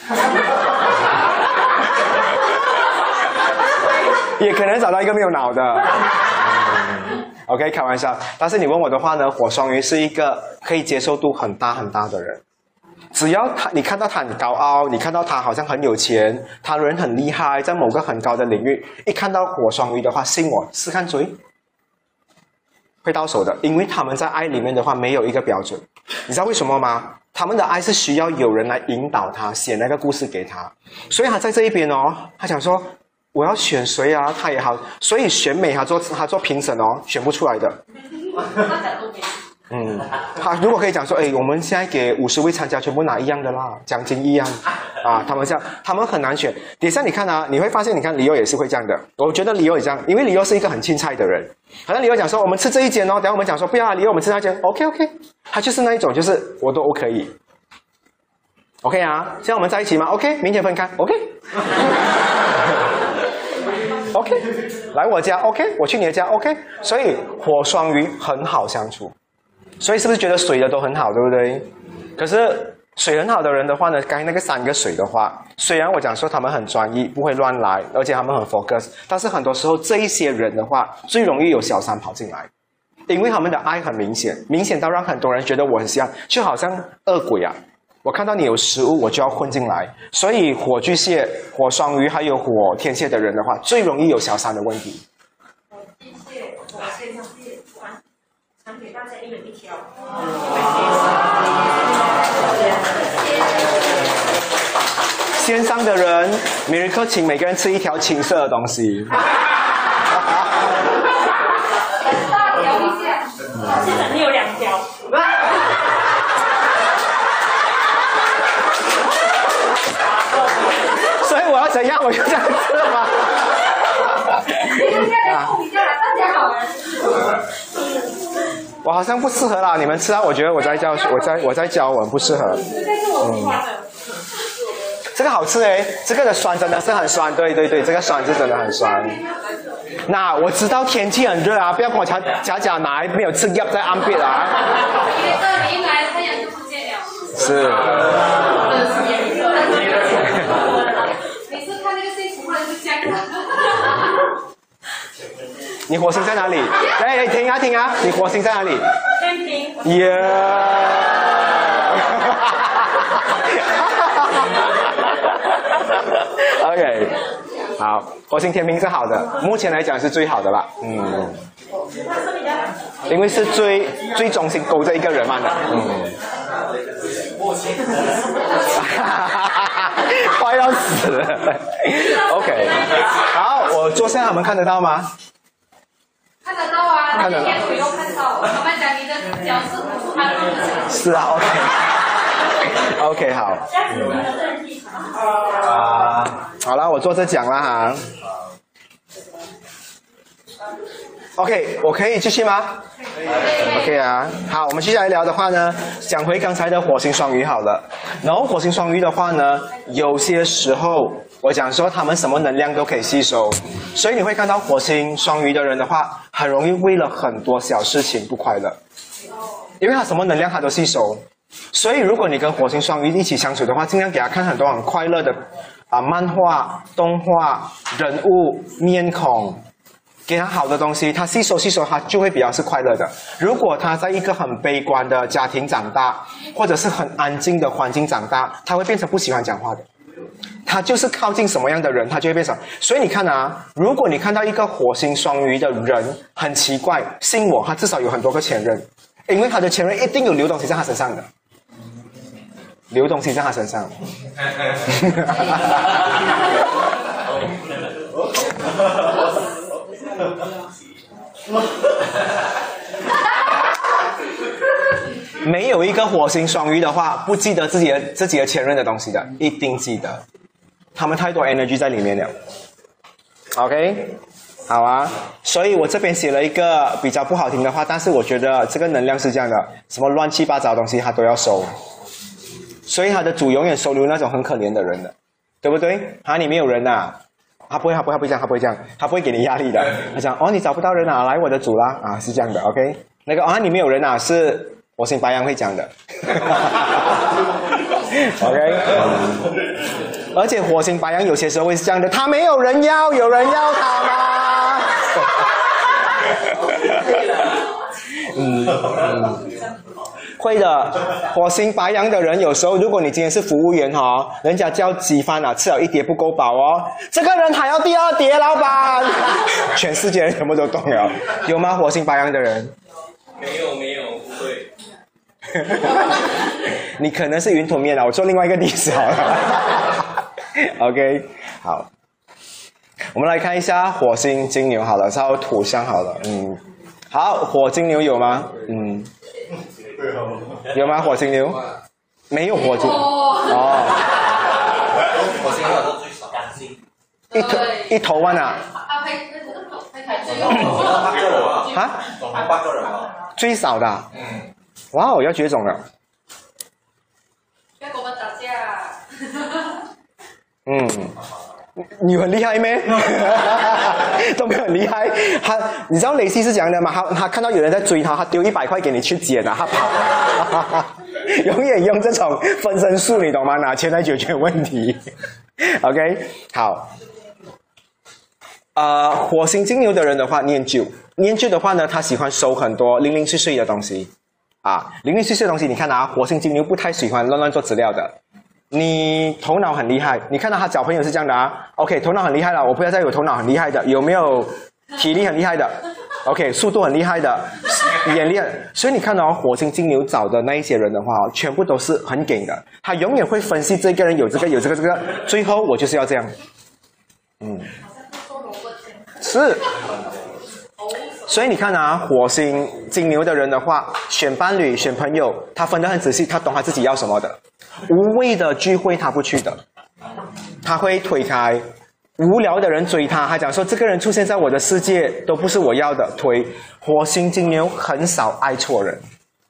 也可能找到一个没有脑的。OK， 开玩笑。但是你问我的话呢，火双鱼是一个可以接受度很大的人。只要你看到他很高傲，你看到他好像很有钱，他人很厉害，在某个很高的领域，一看到火双鱼的话，信我，试看追，会到手的。因为他们在爱里面的话没有一个标准，你知道为什么吗？他们的爱是需要有人来引导他，写那个故事给他，所以他在这一边他想说我要选谁啊，他也好，所以选美他做评审选不出来的。他如果可以讲说，我们现在给50位参加全部拿一样的啦，奖金一样啊，他们这样，他们很难选。底下你看你会发现，你看李欧也是会这样的。我觉得李欧也这样，因为李欧是一个很青菜的人。好像李欧讲说，我们吃这一间等下我们讲说不要李欧，我们吃那间 ，OK， 他就是那一种，就是我都 OK。OK 啊，现在我们在一起吗 ？OK， 明天分开 ，OK。OK， 来我家 OK， 我去你的家 OK， 所以火双鱼很好相处。所以是不是觉得水的都很好，对不对？ 可是水很好的人的话呢，刚才那个3个水的话，虽然我讲说他们很专一，不会乱来，而且他们很 focus， 但是很多时候这一些人的话，最容易有小三跑进来，因为他们的爱很明显，明显到让很多人觉得我很像，就好像恶鬼啊。我看到你有食物，我就要混进来。所以火巨蟹、火双鱼还有火天蝎的人的话，最容易有小三的问题。 火巨蟹、火天蝎，传给大家一人一条。 线上的人，每日课请每个人吃一条青色的东西。 大条一下，现在你有2条。 所以我要怎样？我就这样吃了吗？我好像不适合啦，你们吃啊！我觉得我在教我不适合。这个好吃诶，这个的酸真的是很酸，对，这个酸是真的很酸。那我知道天气很热啊，不要跟我假奶没有吃药在安别啊。 因为这里一来太阳就不见了。 是。 每次看那个新图就这样。 你火星在哪里？哎，停啊！你火星在哪里？ 天平。 耶！OK， 好，火星天平是好的，目前来讲是最好的啦。因为是最中心勾着一个人嘛的。快要死了。OK， 好，我坐下，他们看得到吗？ 看得到啊，那天我又看到，他们讲你的脚是辅助他的。 是啊 ，OK， 好。好了，我坐着讲了哈。OK， 我可以继续吗 ？OK 啊，好，我们接下来聊的话呢，讲回刚才的火星双鱼好了。然后火星双鱼的话呢，有些时候我讲说他们什么能量都可以吸收，所以你会看到火星双鱼的人的话，很容易为了很多小事情不快乐，因为他什么能量他都吸收。所以如果你跟火星双鱼一起相处的话，尽量给他看很多很快乐的漫画、动画、人物、面孔。给他好的东西，他吸收，他就会比较是快乐的。如果他在一个很悲观的家庭长大，或者是很安静的环境长大，他会变成不喜欢讲话的。他就是靠近什么样的人，他就会变成。所以你看啊，如果你看到一个火星双鱼的人很奇怪，信我，他至少有很多个前任，因为他的前任一定有流东西在他身上的，流东西在他身上。没有一个火星双鱼的话，不记得自己的前任的东西的，一定记得。他们太多 energy 在里面了。OK， 好啊。所以我这边写了一个比较不好听的话，但是我觉得这个能量是这样的，什么乱七八糟的东西他都要收，所以他的主永远收留那种很可怜的人的，对不对？里面有人啊。他不会这样，他不会给你压力的。他讲你找不到人啊，来我的组啦是这样的 ，OK。那个里面有人啊，是火星白羊会讲的，OK。而且火星白羊有些时候会是这样的，他没有人要，有人要他吗？会的，火星白羊的人有时候，如果你今天是服务员人家叫鸡饭吃了1碟不够饱这个人还要第2碟，老板，全世界人全部都懂了，有吗？火星白羊的人？ 没有，不会。 你可能是云吞面我做另外一个例子好了。OK， 好，我们来看一下火星金牛好了，稍微土象好了，好，火金牛有吗？有吗？火星牛？没有火星。 火星牛都最少干净。 一头弯啊？ 总共8个人最少的。哇，我要绝种了。 要跟我们打架。 你很厉害咩？都没有很厉害。你知道雷西是怎样的吗？他看到有人在追他，他丢100块给你去捡他跑。 永远用这种分身术，你懂吗？拿钱来解决问题。OK， 好。火星金牛的人的话，念旧的话呢，他喜欢收很多零零碎碎的东西啊，零零碎碎的东西，你看啊，火星金牛不太喜欢乱做资料的。你头脑很厉害，你看到他交朋友是这样的啊 ，OK， 头脑很厉害了，我不要再有头脑很厉害的，有没有体力很厉害的 ？OK， 速度很厉害的，语言厉害。所以你看到火星金牛找的那一些人的话，全部都是很给的，他永远会分析这个人有这个，最后我就是要这样，是。所以你看啊，火星金牛的人的话，选伴侣、选朋友，他分得很仔细，他懂他自己要什么的。无谓的聚会他不去的，他会推开。无聊的人追他，他讲说这个人出现在我的世界都不是我要的，推。火星金牛很少爱错人。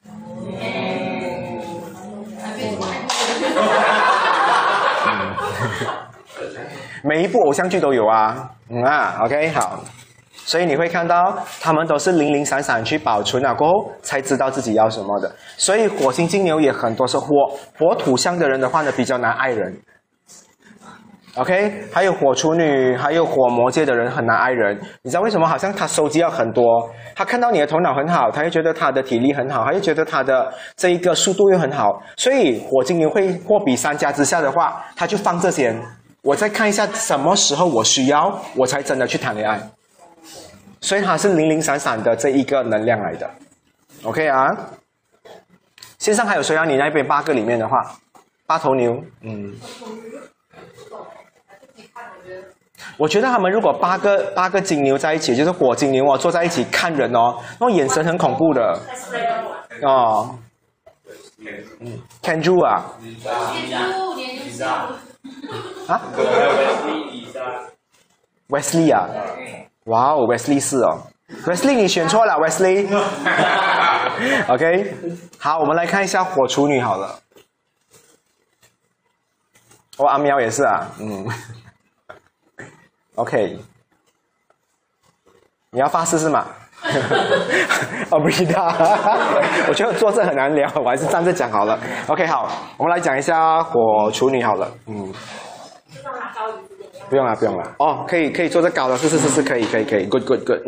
每一部偶像剧都有啊，OK 好。所以你会看到他们都是零零散散去保存了过后才知道自己要什么的。所以火星金牛也很多是火土象的人的话呢，比较难爱人。OK， 还有火处女，还有火摩羯的人很难爱人。你知道为什么？好像他收集了很多，他看到你的头脑很好，他又觉得他的体力很好，他又觉得他的这一个速度又很好，所以火金牛会货比三家之下的话，他就放这些。我再看一下什么时候我需要，我才真的去谈恋爱。所以它是零零散散的这一个能量来的 ，OK 啊？线上还有谁啊？你那边8个里面的话，8头牛，我觉得他们如果八个金牛在一起，就是火金牛哦，坐在一起看人哦，那种眼神很恐怖的哦。Kenju 啊啊 ？Wesley 啊？哇哦 ，Wesley 是哦 ，Wesley 你选错了 ，Wesley 。OK， 好，我们来看一下火处女好了。阿喵也是啊，OK， 你要发誓是吗？不知道，我觉得坐这很难聊，我还是站着讲好了。OK， 好，我们来讲一下火处女好了，不用了，哦，可以坐着高的，是，可以 ，good，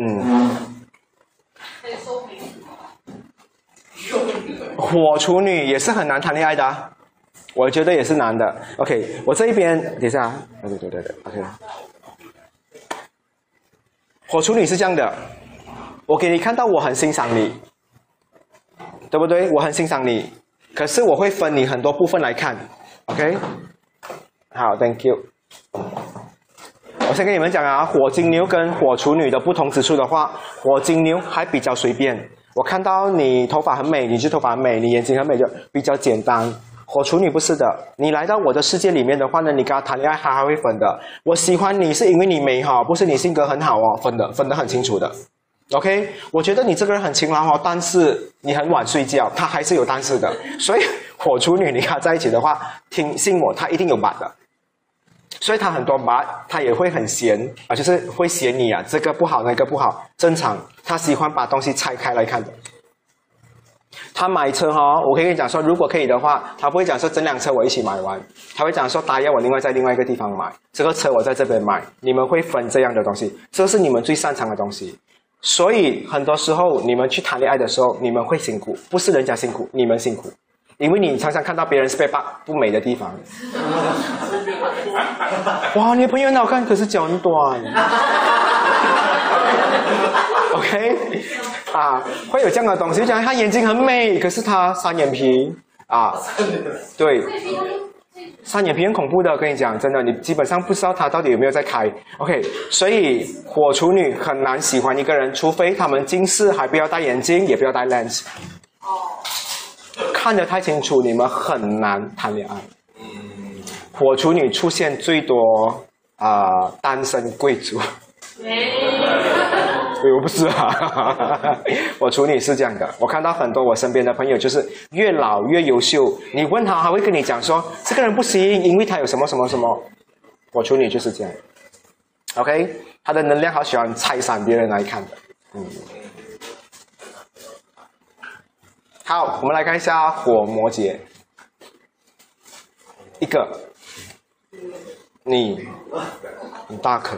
火处女也是很难谈恋爱的啊，我觉得也是难的。OK， 我这一边，等一下，对 ，OK。火处女是这样的，我给你看到我很欣赏你，对不对？我很欣赏你，可是我会分你很多部分来看 ，OK？ 好 ，Thank you。我先跟你们讲啊，火金牛跟火处女的不同之处的话，火金牛还比较随便。我看到你头发很美，你就头发很美；你眼睛很美，就比较简单。火处女不是的，你来到我的世界里面的话呢，你跟他谈恋爱，他还会分的。我喜欢你是因为你美好，不是你性格很好哦，分得很清楚的。OK， 我觉得你这个人很勤劳哦，但是你很晚睡觉，他还是有但是的。所以火处女你跟他在一起的话，信我，他一定有把的。所以他很多把，他也会很闲啊，就是会嫌你啊，这个不好那个不好，正常。他喜欢把东西拆开来看的。他买车哦，我可以跟你讲说，如果可以的话，他不会讲说整辆车我一起买完，他会讲说打要我在另外一个地方买，这个车我在这边买，你们会分这样的东西，这是你们最擅长的东西。所以很多时候你们去谈恋爱的时候，你们会辛苦，不是人家辛苦，你们辛苦，因为你常常看到别人 spare part 不美的地方。哇，你的朋友很好看，可是脚很短。OK， 啊，会有这样的东西，就讲他眼睛很美，可是他三眼皮啊，对，三眼皮很恐怖的，跟你讲，真的，你基本上不知道他到底有没有在开。OK， 所以火处女很难喜欢一个人，除非他们近视，还不要戴眼镜，也不要戴 lens。看得太清楚，你们很难谈恋爱。火处女出现最多单身贵族。对，我不是啊，我处女是这样的。我看到很多我身边的朋友，就是越老越优秀。你问他，他会跟你讲说，这个人不行，因为他有什么什么什么。我处女就是这样。OK， 他的能量好喜欢拆散别人来看的。 好，我们来看一下火摩羯，一个，你大可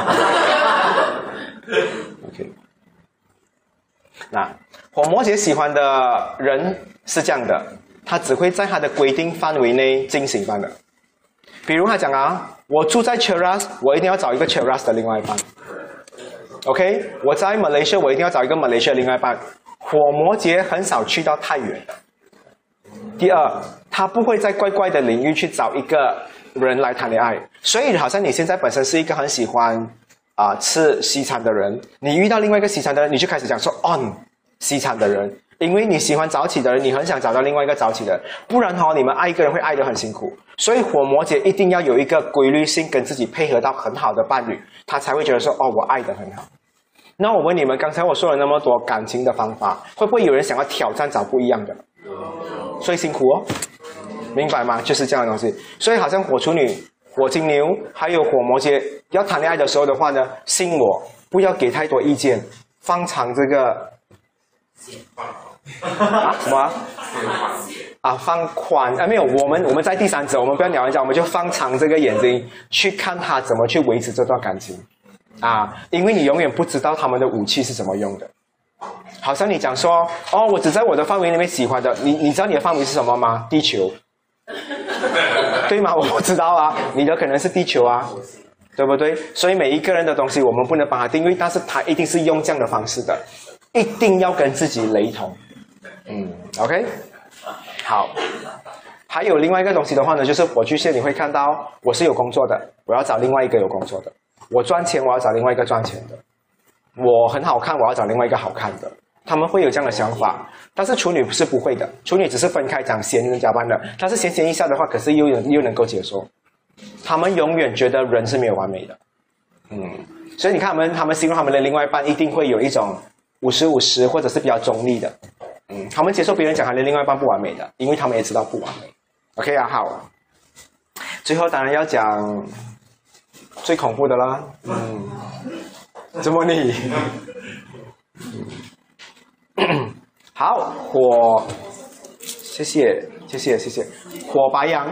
，OK。那火摩羯喜欢的人是这样的，他只会在他的规定范围内进行罢了。比如他讲啊，我住在 Cheras， 我一定要找一个 Cheras 的另外一半。OK， 我在 Malaysia， 我一定要找一个 Malaysia 的另外一半。火摩羯很少去到太远的。第二，他不会在怪怪的领域去找一个人来谈恋爱。所以好像你现在本身是一个很喜欢吃西餐的人，你遇到另外一个西餐的人，你就开始讲说 on 西餐的人，因为你喜欢早起的人，你很想找到另外一个早起的人，不然你们爱一个人会爱得很辛苦。所以火摩羯一定要有一个规律性，跟自己配合到很好的伴侣，他才会觉得说我爱得很好。那我问你们，刚才我说了那么多感情的方法，会不会有人想要挑战找不一样的？所以辛苦哦，明白吗？就是这样的东西。所以好像火处女、火金牛还有火摩羯要谈恋爱的时候的话呢，信我，不要给太多意见，放长这个什么放宽没有，我们在第三者，我们不要鸟人家，我们就放长这个眼睛去看他怎么去维持这段感情因为你永远不知道他们的武器是怎么用的。好像你讲说我只在我的范围里面喜欢的，你知道你的范围是什么吗？地球对吗？我不知道你的可能是地球对不对？所以每一个人的东西我们不能帮他定位，但是他一定是用这样的方式的，一定要跟自己雷同。OK， 好。还有另外一个东西的话呢，就是火巨蟹，你会看到我是有工作的，我要找另外一个有工作的；我赚钱，我要找另外一个赚钱的；我很好看，我要找另外一个好看的。他们会有这样的想法，但是处女是不会的，处女只是分开讲闲人家班的，但是闲一下的话，可是又能够接受。他们永远觉得人是没有完美的，所以你看他们形容他们的另外一半一定会有一种50-50或者是比较中立的，他们接受别人讲他的另外一半不完美的，因为他们也知道不完美。OK 好，最后当然要讲最恐怖的啦，怎么你？好，火，谢谢，火白羊。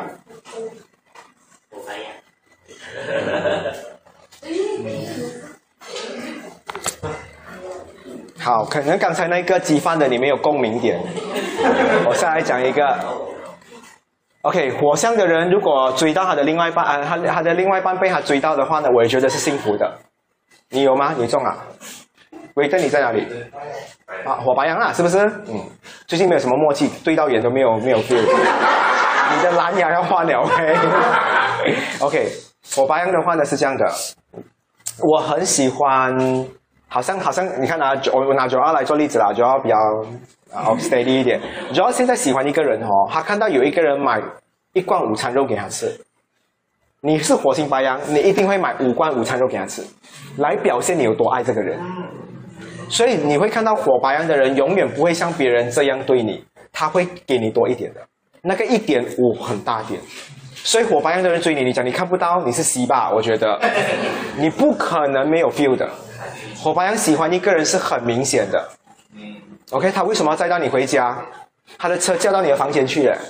好，可能刚才那个鸡饭的你没有共鸣点，我再来讲一个。OK， 火象的人如果追到他的另外一半，他的另外一半被他追到的话呢，我也觉得是幸福的。你有吗？你中维登你在哪里？火白羊是不是？最近没有什么默契，对到眼都没有 feel。你的蓝牙要换了 ，OK。火白羊的话呢是这样的，我很喜欢，好像你看我拿Joel来做例子啦，Joel比较steady 一点。Joel现在喜欢一个人他看到有一个人买1罐午餐肉给他吃。你是火星白羊，你一定会买5罐午餐肉给他吃，来表现你有多爱这个人。所以你会看到火白羊的人永远不会像别人这样对你，他会给你多一点的，那个1.5很大点。所以火白羊的人追你，你讲你看不到，你是西吧？我觉得你不可能没有 feel 的。火白羊喜欢一个人是很明显的。OK， 他为什么要载到你回家？他的车叫到你的房间去了。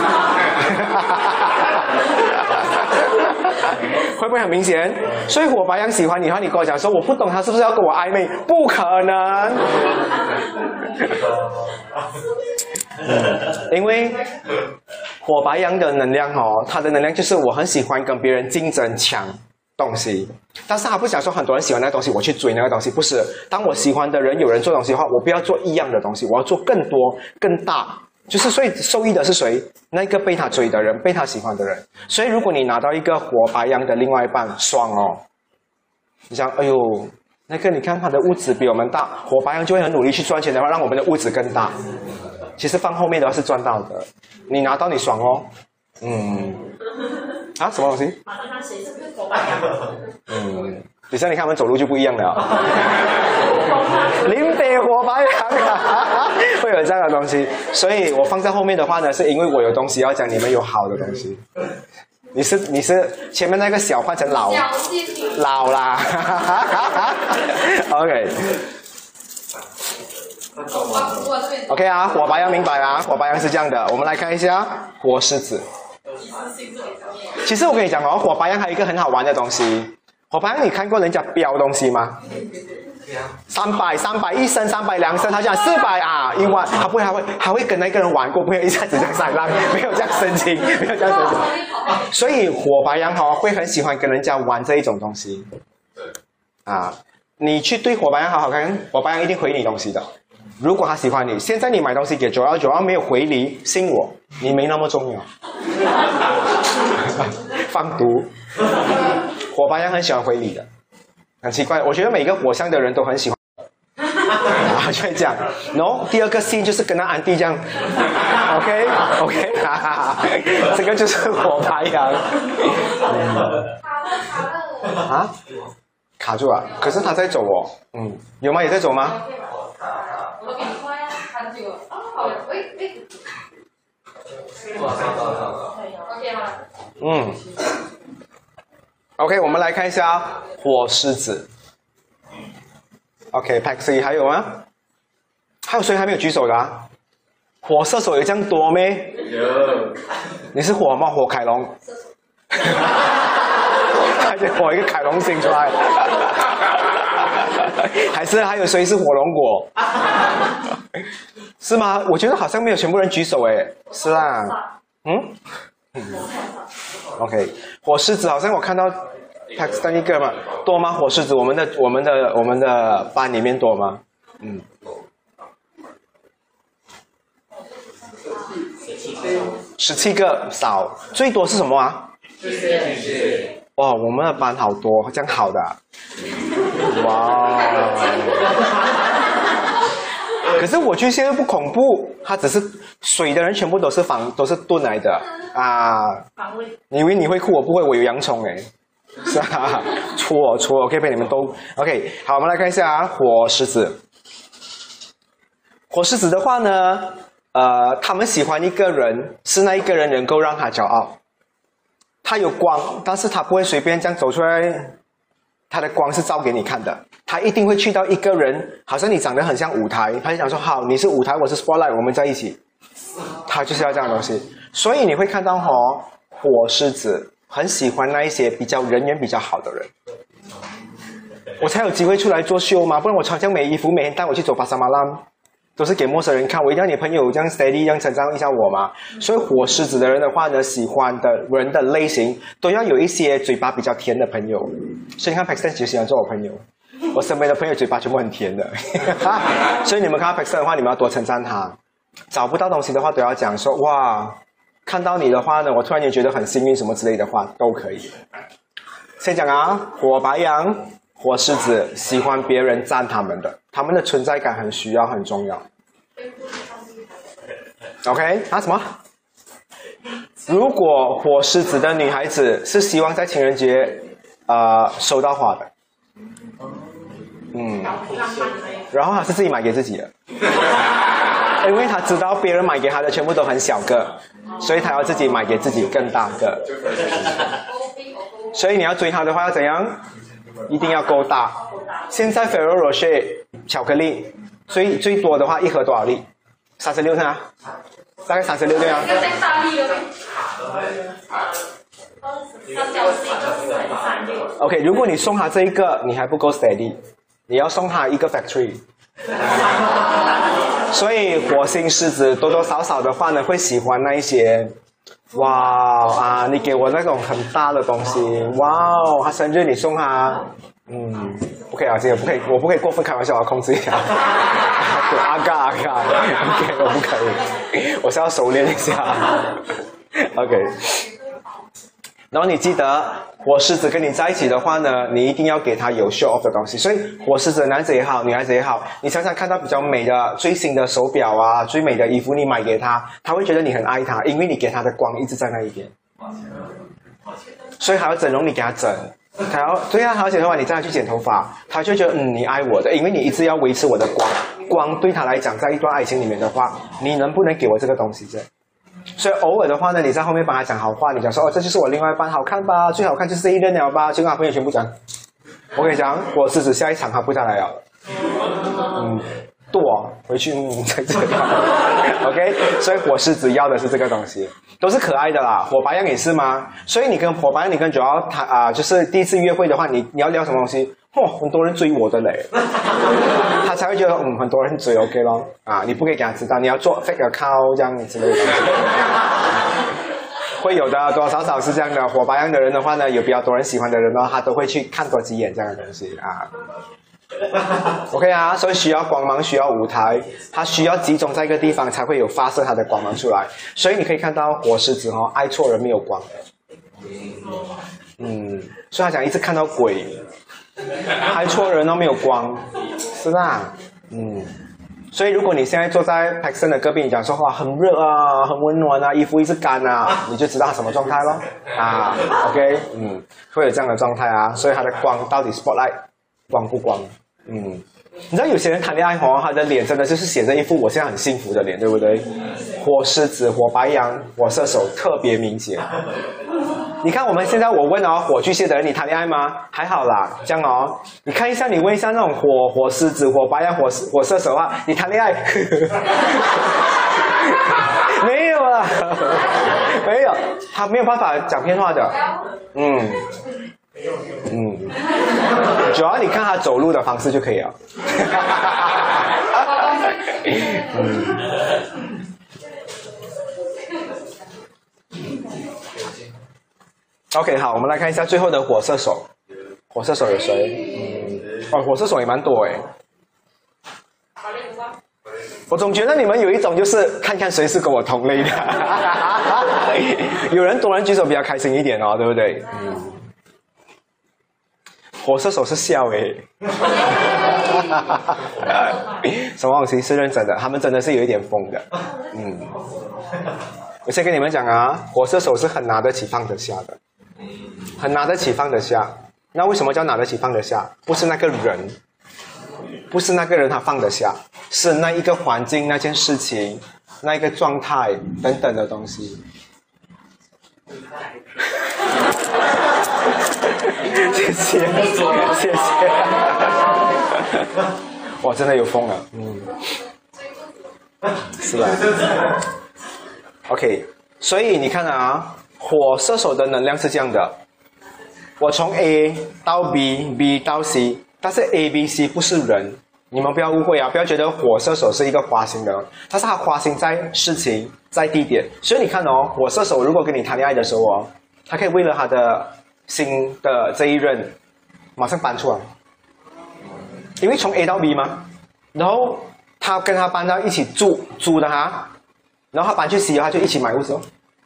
会不会很明显？所以火白羊喜欢你，然后你跟我讲说我不懂他是不是要跟我暧昧？不可能。因为火白羊的能量他的能量就是我很喜欢跟别人竞争抢东西，但是他不想说很多人喜欢那个东西我去追那个东西，不是。当我喜欢的人有人做东西的话，我不要做一样的东西，我要做更多更大。就是所以受益的是谁？那个被他追的人，被他喜欢的人。所以如果你拿到一个火白羊的另外一半，爽你想哎呦那个你看他的屋子比我们大，火白羊就会很努力去赚钱的话，让我们的屋子更大。其实放后面的话是赚到的，你拿到你爽什么东西？马上看谁是不是火白羊。等下你看他们走路就不一样了。林北火白羊会有这样的东西，所以我放在后面的话呢，是因为我有东西要讲，你们有好的东西。你是前面那个小换成老啦。OK。 我这边。 OK 啊，火白羊明白啊，火白羊是这样的。我们来看一下火狮子。其实我跟你讲哦，火白羊还有一个很好玩的东西。火白羊，你看过人家标东西吗？300、300一升，300、2升，他讲400啊，1万，他不会，还会跟那个人玩过，不会一下子这样上浪，没有这样深情，没有这样深情。所以火白羊会很喜欢跟人家玩这一种东西。啊，你去对火白羊好好看，火白羊一定回你东西的。如果他喜欢你，现在你买东西给911没有回礼，信我，你没那么重要。放毒，火白羊很喜欢回礼的，很奇怪。我觉得每个火象的人都很喜欢。啊，就会这样。然后第二个信就是跟他安迪这样 ，OK， 哈哈，这个就是火白羊。啊？卡住啊！可是他在走哦，有吗？也在走吗？ 我给你看呀，很久了。哦，喂。OK 吗 ？OK， 我们来看一下火狮子。OK，Paxi 还有吗？还有谁还没有举手的啊？火射手有这样多咩？有。你是火吗？火凯龙。他就火一个凯龙星出来。还是还有谁是火龙果？是吗？我觉得好像没有全部人举手诶。是啊。OK， 火狮子好像我看到 Paxton 一个嘛，多吗？火狮子，我们的班里面多吗？17个少，最多是什么啊？哇，我们的班好多，这样好的哇！可是我觉得现在不恐怖，它只是水的人全部都是盾来的啊！你以为你会哭，我不会，我有洋葱哎，是啊，戳 OK 被你们都 OK。好，我们来看一下火狮子。火狮子的话呢，他们喜欢一个人，是那一个人能够让他骄傲。他有光，但是他不会随便这样走出来，他的光是照给你看的。他一定会去到一个人，好像你长得很像舞台，他就讲说好，你是舞台，我是 spotlight， 我们在一起。他就是要这样的东西，所以你会看到火狮子很喜欢那一些比较人缘比较好的人。我才有机会出来做秀嘛，不然我穿这样美衣服，每天带我去走巴沙马兰，都是给陌生人看。我一定要你朋友这样 steady 这样成长一下我嘛。所以火狮子的人的话呢，喜欢的人的类型都要有一些嘴巴比较甜的朋友。所以你看 Paxton 就喜欢做我朋友，我身边的朋友嘴巴全部很甜的。所以你们看到 Paxton 的话，你们要多称赞他。找不到东西的话，都要讲说哇，看到你的话呢，我突然间觉得很幸运什么之类的话都可以。先讲啊，火白羊、火狮子喜欢别人赞他们的，他们的存在感很需要，很重要。OK， 什么？如果火狮子的女孩子是希望在情人节收到花的，然后她是自己买给自己的。因为他知道别人买给他的全部都很小个，所以他要自己买给自己更大个。所以你要追他的话要怎样？一定要够大。现在 Ferrero Rocher 巧克力最多的话一盒多少粒？36是吗？大概36对啊。OK， 如果你送他这一个，你还不够 steady， 你要送他一个 factory。所以火星狮子多多少少的话呢，会喜欢那一些，哇你给我那种很大的东西，哇他生日你送他，不可以啊，这个不可以，我不可以过分开玩笑，我要控制一下。阿嘎 ，OK， 我不可以，我是要熟练一下。OK。然后你记得火狮子跟你在一起的话呢，你一定要给他有 show off 的东西。所以火狮子男子也好，女孩子也好，你常常看到比较美的最新的手表啊，最美的衣服你买给他，他会觉得你很爱他，因为你给他的光一直在那一边。所以还要整容你给他整，他要对啊，而且的话你再去剪头发，他就觉得你爱我的，因为你一直要维持我的光对他来讲，在一段爱情里面的话，你能不能给我这个东西？所以偶尔的话呢，你在后面帮他讲好话，你讲说这就是我另外一半，好看吧？最好看就是这一任了吧？结果他朋友全部讲，我跟你讲，火狮子下一场他不再来了。 回去在这里，OK， 所以火狮子要的是这个东西，都是可爱的啦。火白羊也是吗？所以你跟火白羊，你跟九号他就是第一次约会的话，你要聊什么东西？很多人追我的嘞，他才会觉得很多人追 OK 咯你不可以给他知道，你要做 fake account 这样之类的东西。会有的，多多少少是这样的。火白羊的人的话呢，有比较多人喜欢的人的话，他都会去看多几眼这样的东西OK 所以需要光芒，需要舞台，它需要集中在一个地方才会有发射它的光芒出来。所以你可以看到火狮子爱错人没有光。所以他讲一直看到鬼，爱错人都没有光，是吧？所以如果你现在坐在 Paxton 的隔壁，你讲说哇很热啊，很温暖啊，衣服一直干你就知道他什么状态咯OK， 会有这样的状态所以他的光到底 spotlight 光不光？你知道有些人谈恋爱他的脸真的就是写着一副我现在很幸福的脸，对不对？火狮子、火白羊、火射手特别明显。你看我们现在我问火巨蟹的人你谈恋爱吗？还好啦，这样你看一下你问一下那种火狮子、火白羊、火射手你谈恋爱没有啦，没有，他没有办法讲骗话的。主要你看他走路的方式就可以了。OK， 好，我们来看一下最后的火射手。火射手有谁？火射手也蛮多我总觉得你们有一种就是看看谁是跟我同类的。有人多人举手比较开心一点对不对？火射手是笑什么东西是认真的？他们真的是有一点疯的。我先跟你们讲火射手是很拿得起放得下的，很拿得起放得下。那为什么叫拿得起放得下？不是那个人，不是那个人他放得下，是那一个环境、那件事情、那一个状态等等的东西。谢谢，谢谢。哇，真的有风了，是吧 ？OK， 所以你看火射手的能量是这样的，我从 A 到 B 到 C， 但是 A、B、C 不是人，你们不要误会不要觉得火射手是一个花心的，但是他花心在事情，在地点。所以你看火射手如果跟你谈恋爱的时候他可以为了他的新的这一任马上搬出来，因为从 A 到 B 嘛，然后他跟他搬到一起租的然后他搬去 C 他就一起买屋子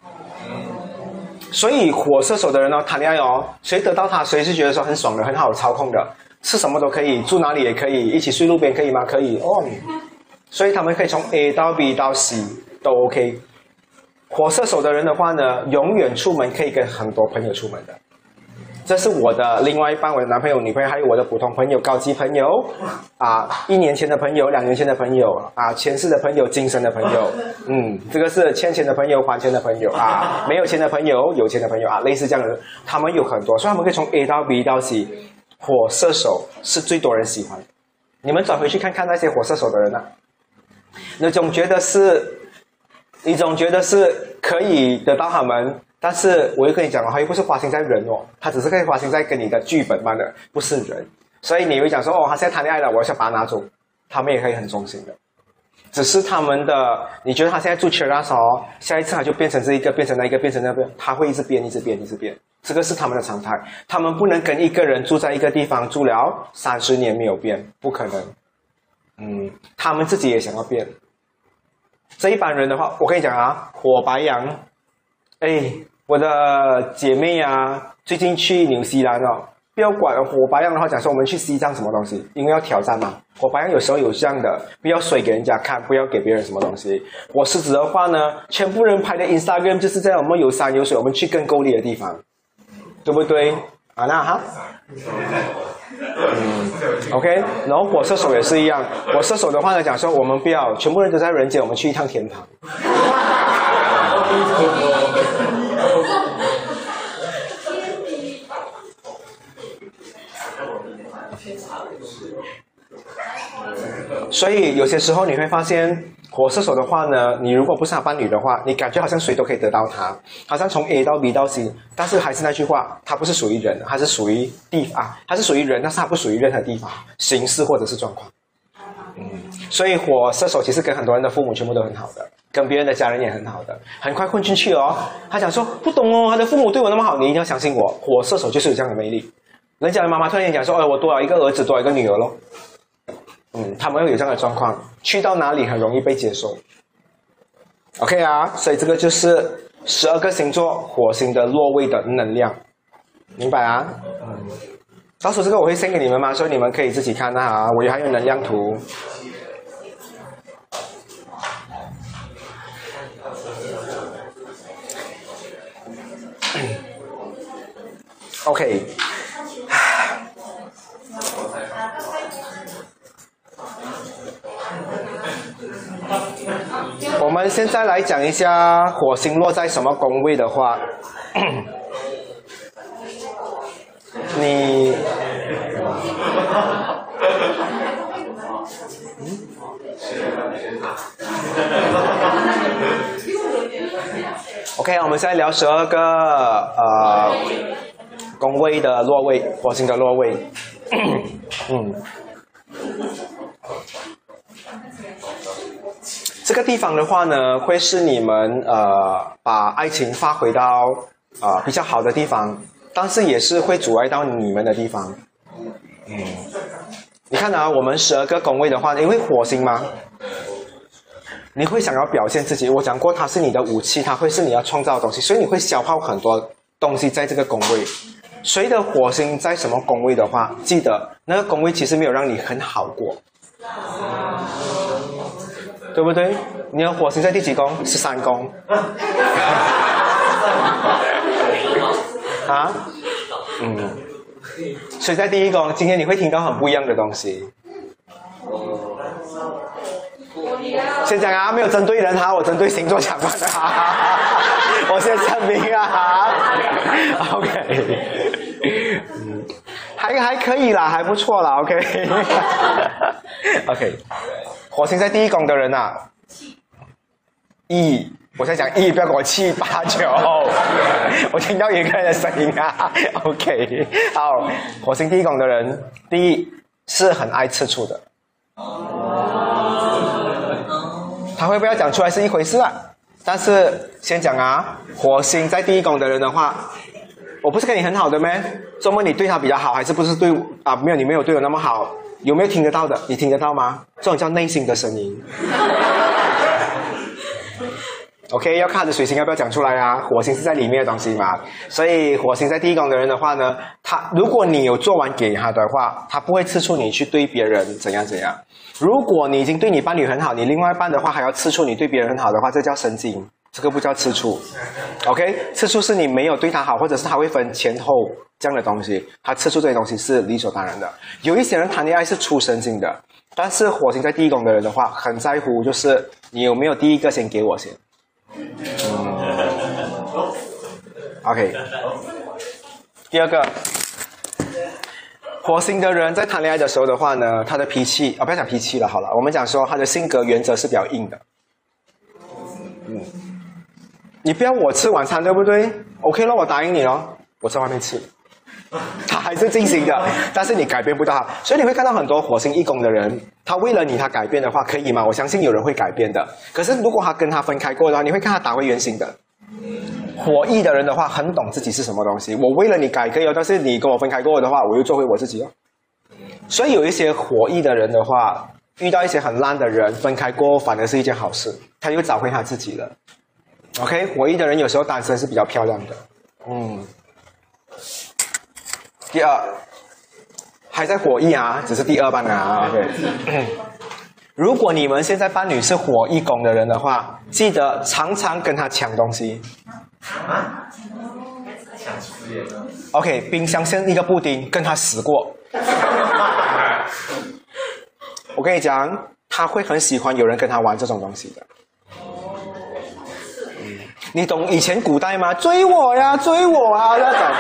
所以火射手的人谈恋爱谁得到他谁是觉得说很爽的，很好操控的，吃什么都可以，住哪里也可以，一起睡路边可以吗？可以所以他们可以从 A 到 B 到 C 都 OK。火射手的人的话呢，永远出门可以跟很多朋友出门的。这是我的另外一半，我的男朋友、女朋友，还有我的普通朋友、高级朋友1年前的朋友、2年前的朋友前世的朋友、今生的朋友，这个是欠钱的朋友、还钱的朋友没有钱的朋友、有钱的朋友类似这样的，他们有很多，所以他们可以从 A 到 B 到 C。火射手是最多人喜欢，你们转回去看看那些火射手的人你总觉得是可以得到他们，但是我又跟你讲他又不是花心在人他只是可以花心在跟你的剧本般的，不是人。所以你会讲说他现在谈恋爱了，我要把他拿走，他们也可以很忠心的，只是他们的你觉得他现在住 Cheras 下一次他就变成这一个，变成那一个，变成那个，他会一直变，这个是他们的常态。他们不能跟一个人住在一个地方住了30年没有变，不可能。他们自己也想要变。这一般人的话，我跟你讲火白羊，我的姐妹最近去纽西兰不要管火白羊的话，讲说我们去西藏什么东西，因为要挑战嘛。火白羊有时候有这样的，不要水给人家看，不要给别人什么东西。火狮子的话呢，全部人拍的 Instagram 就是在我们有山有水，我们去更够力的地方，对不对OK， 然后火射手也是一样，火射手的话呢，讲说我们不要，全部人都在人间，我们去一趟天堂。 所以有些时候你会发现，火射手的话呢，你如果不是他伴侣的话，你感觉好像谁都可以得到他，好像从 A 到 B 到 C， 但是还是那句话，他不是属于人，他是属于他是属于人，但是他不属于任何地方、形式或者是状况。所以火射手其实跟很多人的父母全部都很好的，跟别人的家人也很好的，很快混进去哦。他讲说不懂哦，他的父母对我那么好，你一定要相信我，火射手就是有这样的魅力。人家的妈妈突然间讲说，我多了一个儿子，多了一个女儿咯。他们会有这样的状况，去到哪里很容易被接受。OK 啊，所以这个就是12个星座火星的落位的能量，明白啊？到时候这个我会献给你们嘛，所以你们可以自己看啊。我还有能量图。OK。我们现在来讲一下火星落在什么宫位的话，你OK， 我们现在聊12个宫位的落位，火星的落位。这个地方的话呢，会是你们把爱情发挥到比较好的地方，但是也是会阻碍到你们的地方。你看啊，我们12个宫位的话，因为火星嘛，你会想要表现自己。我讲过，它是你的武器，它会是你要创造的东西，所以你会消耗很多东西在这个宫位。谁的火星在什么宫位的话，记得那个宫位其实没有让你很好过。对不对？你的火星在第几宫？13宫。所以在第1宫，今天你会听到很不一样的东西。先讲啊，没有针对人哈，我针对星座讲话的哈。我先声明啊。OK。还可以啦，还不错啦。OK。OK。火星在第1宫的人啊，1，我在讲1，不要给我7、8、9，我听到一个人的声音啊。OK， 好，火星第1宫的人，第一是很爱吃醋的，他会不会讲出来是一回事啊？但是先讲啊，火星在第1宫的人的话，我不是跟你很好的咩？周末你对他比较好，还是不是对没有，你没有对我那么好。有没有听得到的？你听得到吗？这种叫内心的声音。OK， 要看着水星要不要讲出来啊？火星是在里面的东西嘛，所以火星在第1宫的人的话呢，如果你有做完给他的话，他不会吃醋你去对别人怎样怎样。如果你已经对你伴侣很好，你另外一半的话还要吃醋你对别人很好的话，这叫神经，这个不叫吃醋。OK， 吃醋是你没有对他好，或者是他会分前后这样的东西，他吃醋这些东西是理所当然的。有一些人谈恋爱是出神经的，但是火星在第1宫的人的话，很在乎就是你有没有第一个先给我先。OK， 第2个，火星的人在谈恋爱的时候的话呢，他的脾气不要讲脾气了，好了，我们讲说他的性格原则是比较硬的。你不要我吃晚餐，对不对 ？OK 咯，我答应你咯，我在外面吃。他还是进行的，但是你改变不到他，所以你会看到很多火星1宫的人，他为了你他改变的话，可以吗？我相信有人会改变的。可是如果他跟他分开过的话，你会看他打回原形的。火1的人的话，很懂自己是什么东西。我为了你改可以，但是你跟我分开过的话，我又做回我自己哦。所以有一些火1的人的话，遇到一些很烂的人，分开过后反而是一件好事，他又找回他自己了。OK， 火1的人有时候单身是比较漂亮的。第2，还在火1啊，只是第2班啊。OK， 如果你们现在伴侣是火1宫的人的话，记得常常跟他抢东西。OK， 冰箱剩一个布丁，跟他死过。我跟你讲，他会很喜欢有人跟他玩这种东西的。你懂以前古代吗？追我呀，追我啊那种。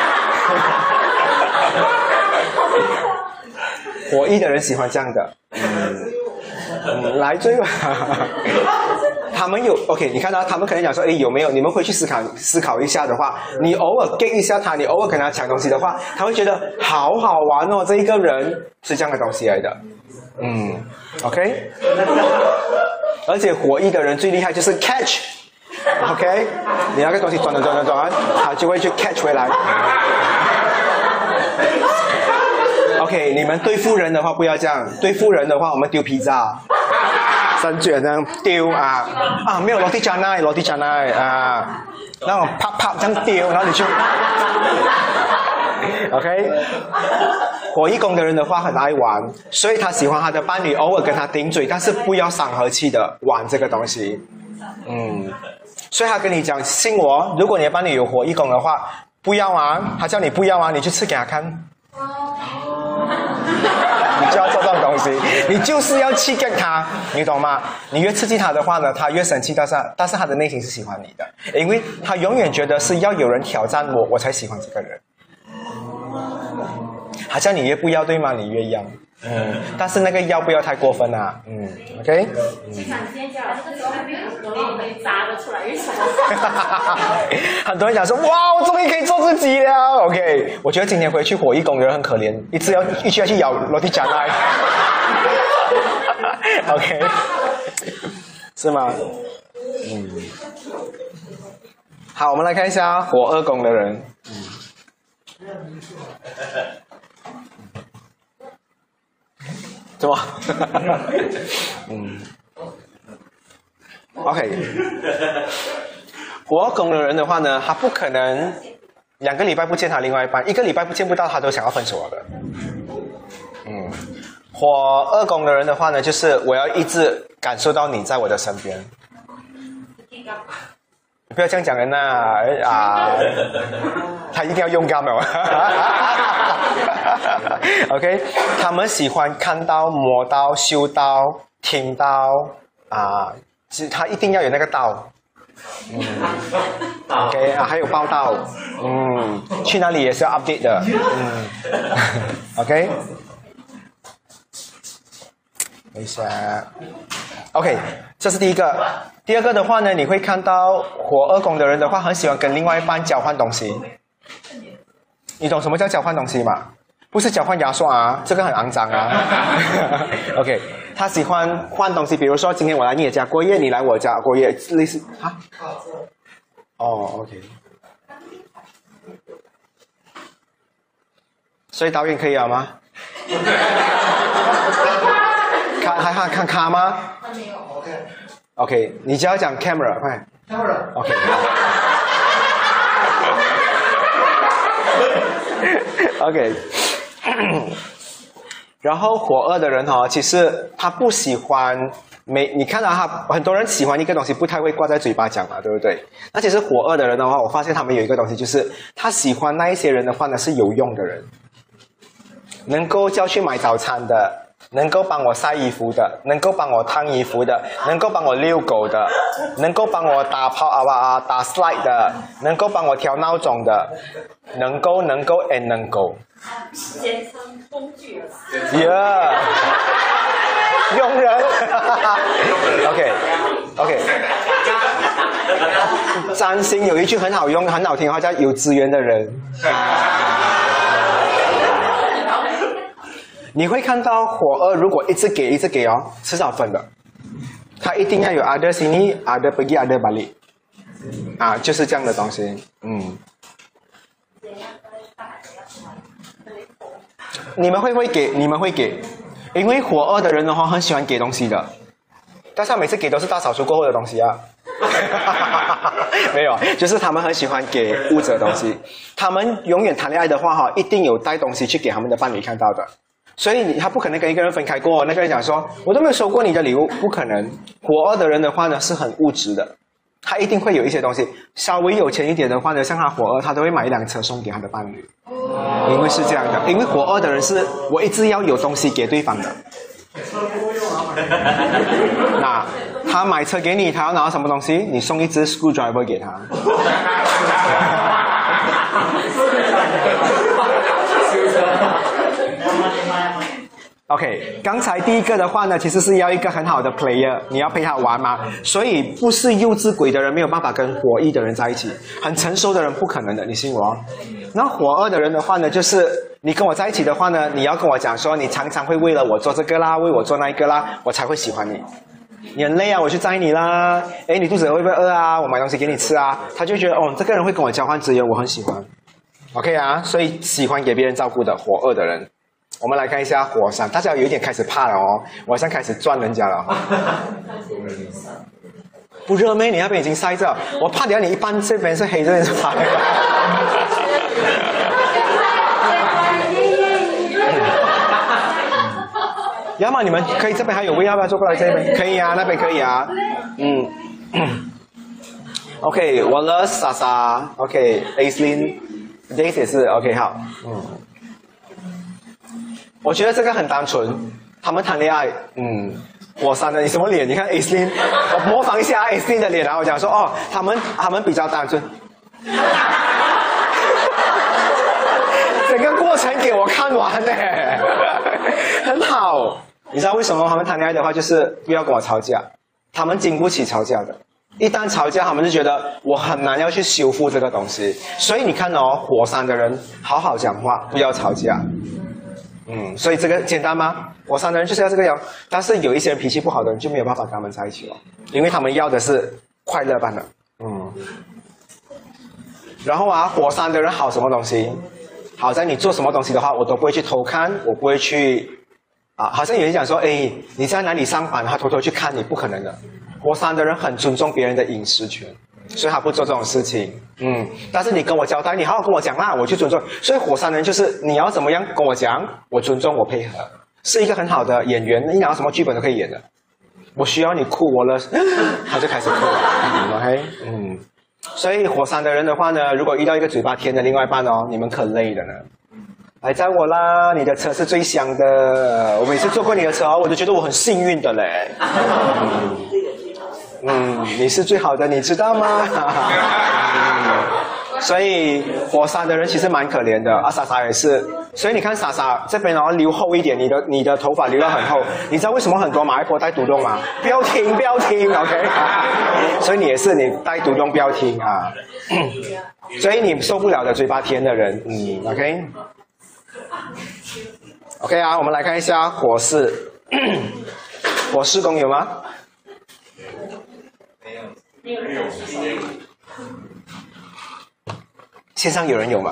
火1的人喜欢这样的。 来追吧。他们有 OK， 你看到他们可能讲说，哎，有没有？你们回去思考一下的话，你偶尔 get 一下他，你偶尔跟他抢东西的话，他会觉得好好玩哦。这一个人是这样的东西来的，OK。而且火翼的人最厉害就是 catch。OK， 你那个东西转，它就会去 catch 回来。OK， 你们对付人的话不要这样，对付人的话我们丢披萨，三卷这样丢没有落地加奈啊，那种啪这样丢，然后你去 OK。火翼宫的人的话很爱玩，所以他喜欢他的伴侣偶尔跟他顶嘴，但是不要伤和气的玩这个东西。所以他跟你讲，信我，如果你的伴侣有火翼宫的话，不要玩，他叫你不要玩，你去吃给他看。你就要做这种东西，你就是要去跟他，你懂吗？你越刺激他的话呢，他越生气，但是他的内心是喜欢你的，因为他永远觉得是要有人挑战我才喜欢这个人。好像你越不要对吗？你越要。但是那个要不要太过分啊？OK。很多人讲说，哇，我终于可以做自己了。OK， 我觉得今天回去火翼宫的人很可怜，一直要去咬落地加奈。OK， 是吗？好，我们来看一下火二宫的人。怎么？OK， 火宫的人的话呢，他不可能2个礼拜不见他另外一半，1个礼拜见不到他都想要分手了的。火二宫的人的话呢，就是我要一直感受到你在我的身边。不要这样讲人他一定要勇敢哦。OK， 他们喜欢看到、摸到、嗅到、听到他一定要有那个到。OK 还有报道，去哪里也是要 update 的。OK， 等一下。OK， 这是第一个。第二个的话呢，你会看到火二宫的人的话，很喜欢跟另外一半交换东西。你懂什么叫交换东西吗？不是交换牙刷这个很肮脏OK， 他喜欢换东西，比如说今天我来你的家过夜，你来我家过夜，类似OK。所以导演可以了吗？看卡吗？没有。OK， 你只要讲 camera， 快。camera。OK。OK。然后火二的人其实他不喜欢你看到他很多人喜欢一个东西不太会挂在嘴巴讲嘛，对不对？那其实火二的人的话，我发现他们有一个东西，就是他喜欢那一些人的话呢是有用的人，能够叫去买早餐的，能够帮我晒衣服的，能够帮我烫衣服的，能够帮我遛狗的，能够帮我打slide 的，能够帮我调闹钟的，能够简称工具。 佣人。OK。占星有一句很好用、很好听的话，叫有资源的人。你会看到火二如果一直给迟早分的。他一定要有 ada sini ada pergi ada balik 就是这样的东西。你们会不会给？你们会给，因为火二的人的话很喜欢给东西的，但是他每次给都是大扫除过后的东西没有，就是他们很喜欢给物质的东西。他们永远谈恋爱的话一定有带东西去给他们的伴侣看到的。所以他不可能跟一个人分开过，那个人讲说我都没有收过你的礼物，不可能。火二的人的话呢是很物质的，他一定会有一些东西，稍微有钱一点的话呢，像他火二他都会买一辆车送给他的伴侣。因为是这样的，因为火二的人是我一直要有东西给对方的。那他买车给你，他要拿到什么东西？你送一支 screwdriver 给他。 OK， 刚才第一个的话呢，其实是要一个很好的 player， 你要陪他玩嘛，所以不是幼稚鬼的人没有办法跟火一的人在一起，很成熟的人不可能的，你信我哦。那火二的人的话呢，就是你跟我在一起的话呢，你要跟我讲说，你常常会为了我做这个啦，为我做那一个啦，我才会喜欢你。你很累啊，我去载你啦。哎，你肚子会不会饿啊？我买东西给你吃啊。他就觉得哦，这个人会跟我交换资源，我很喜欢。OK 啊，所以喜欢给别人照顾的火二的人。我们来看一下火三，大家有一点开始怕了哦，我好像开始赚人家了。不热咩？你那边已经晒着，我怕等下你一半这边是黑，这边是白。要么你们可以这边还有位，要不要坐过来这边？可以啊，那边可以啊。OK， Wallace、莎莎 ，OK，Aislinn、Dave 也是 OK 好。我觉得这个很单纯，他们谈恋爱，火山的你什么脸？你看 Aislinn， 我模仿一下 Aislinn 的脸，然后我讲说哦，他们比较单纯。整个过程给我看完呢，很好。你知道为什么他们谈恋爱的话，就是不要跟我吵架，他们经不起吵架的。一旦吵架，他们就觉得我很难要去修复这个东西。所以你看哦，火山的人好好讲话，不要吵架。所以这个简单吗？火山的人就是要这个样，但是有一些人脾气不好的人就没有办法跟他们在一起了，因为他们要的是快乐般的。然后啊，火山的人好什么东西？好在你做什么东西的话，我都不会去偷看，我不会去好像有人讲说，哎，你在哪里上班，他偷偷去看你，不可能的。火山的人很尊重别人的隐私权，所以他不做这种事情。但是你跟我交代，你好好跟我讲啦，我去尊重。所以火山人就是你要怎么样跟我讲，我尊重，我配合，是一个很好的演员，你拿什么剧本都可以演的。我需要你哭我了，他就开始哭了。OK， 所以火山的人的话呢，如果遇到一个嘴巴甜的另外一半哦，你们可累的呢。来载我啦！你的车是最香的，我每次坐过你的车哦，我都觉得我很幸运的嘞。你是最好的，你知道吗？所以火山的人其实蛮可怜的，莎莎也是。所以你看莎莎这边哦，留厚一点，你的头发留到很厚。你知道为什么很多马来婆戴独洞吗？不要听，OK。所以你也是，你戴独洞不要听啊。所以你受不了的嘴巴甜的人，OK。OK 啊，我们来看一下火四，火四宫有吗？没有。线上有人有吗？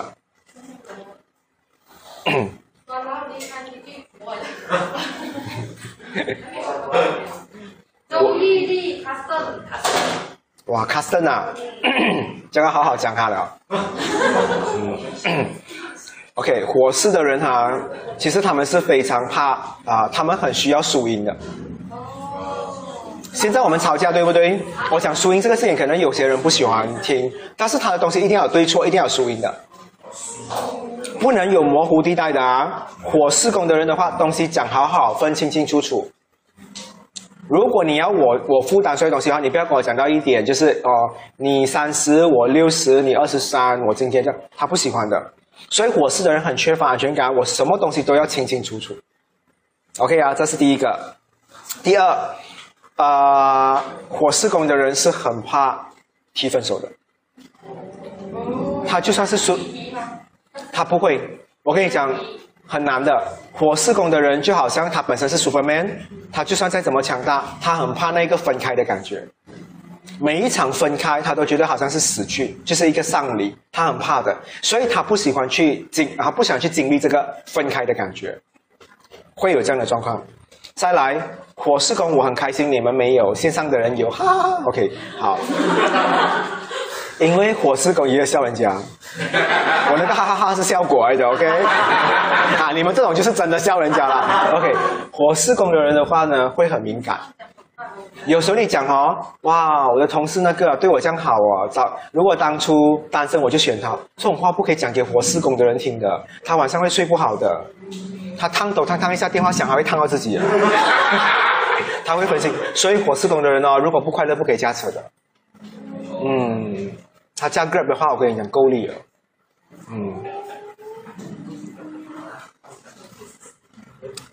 哇 ，Custom 啊，这个好好讲他了。OK， 火四的人其实他们是非常怕他们很需要输赢的。现在我们吵架对不对？我讲输赢这个事情，可能有些人不喜欢听，但是他的东西一定要有对错，一定要有输赢的，不能有模糊地带的啊。火四宫的人的话，东西讲好好，分清清楚楚。如果你要我负担所有东西的话，你不要跟我讲到一点，就是你30，我60，你23，我今天这样，他不喜欢的。所以火四的人很缺乏安全感，我什么东西都要清清楚楚。OK 啊，这是第一个。第二，火四宫的人是很怕提分手的。他就算是输，他不会。我跟你讲，很难的。火四宫的人就好像他本身是 Superman， 他就算再怎么强大，他很怕那个分开的感觉。每一场分开，他都觉得好像是死去，就是一个丧礼，他很怕的，所以他不喜欢他不想去经历这个分开的感觉，会有这样的状况。再来，火四宫我很开心，你们没有，线上的人有，哈哈哈 ，OK， 好，因为火四宫也有笑人家，我那个哈哈哈是效果来的 ，OK， 你们这种就是真的笑人家了 ，OK， 火四宫的人的话呢，会很敏感。有时候你讲哇，我的同事那个对我这样好如果当初单身我就选他，这种话不可以讲给火四宫的人听的，他晚上会睡不好的，他烫一下电话响还会烫到自己，他会分心，所以火四宫的人如果不快乐不可以驾车的，他驾 Grab 的话，我跟你讲够力了，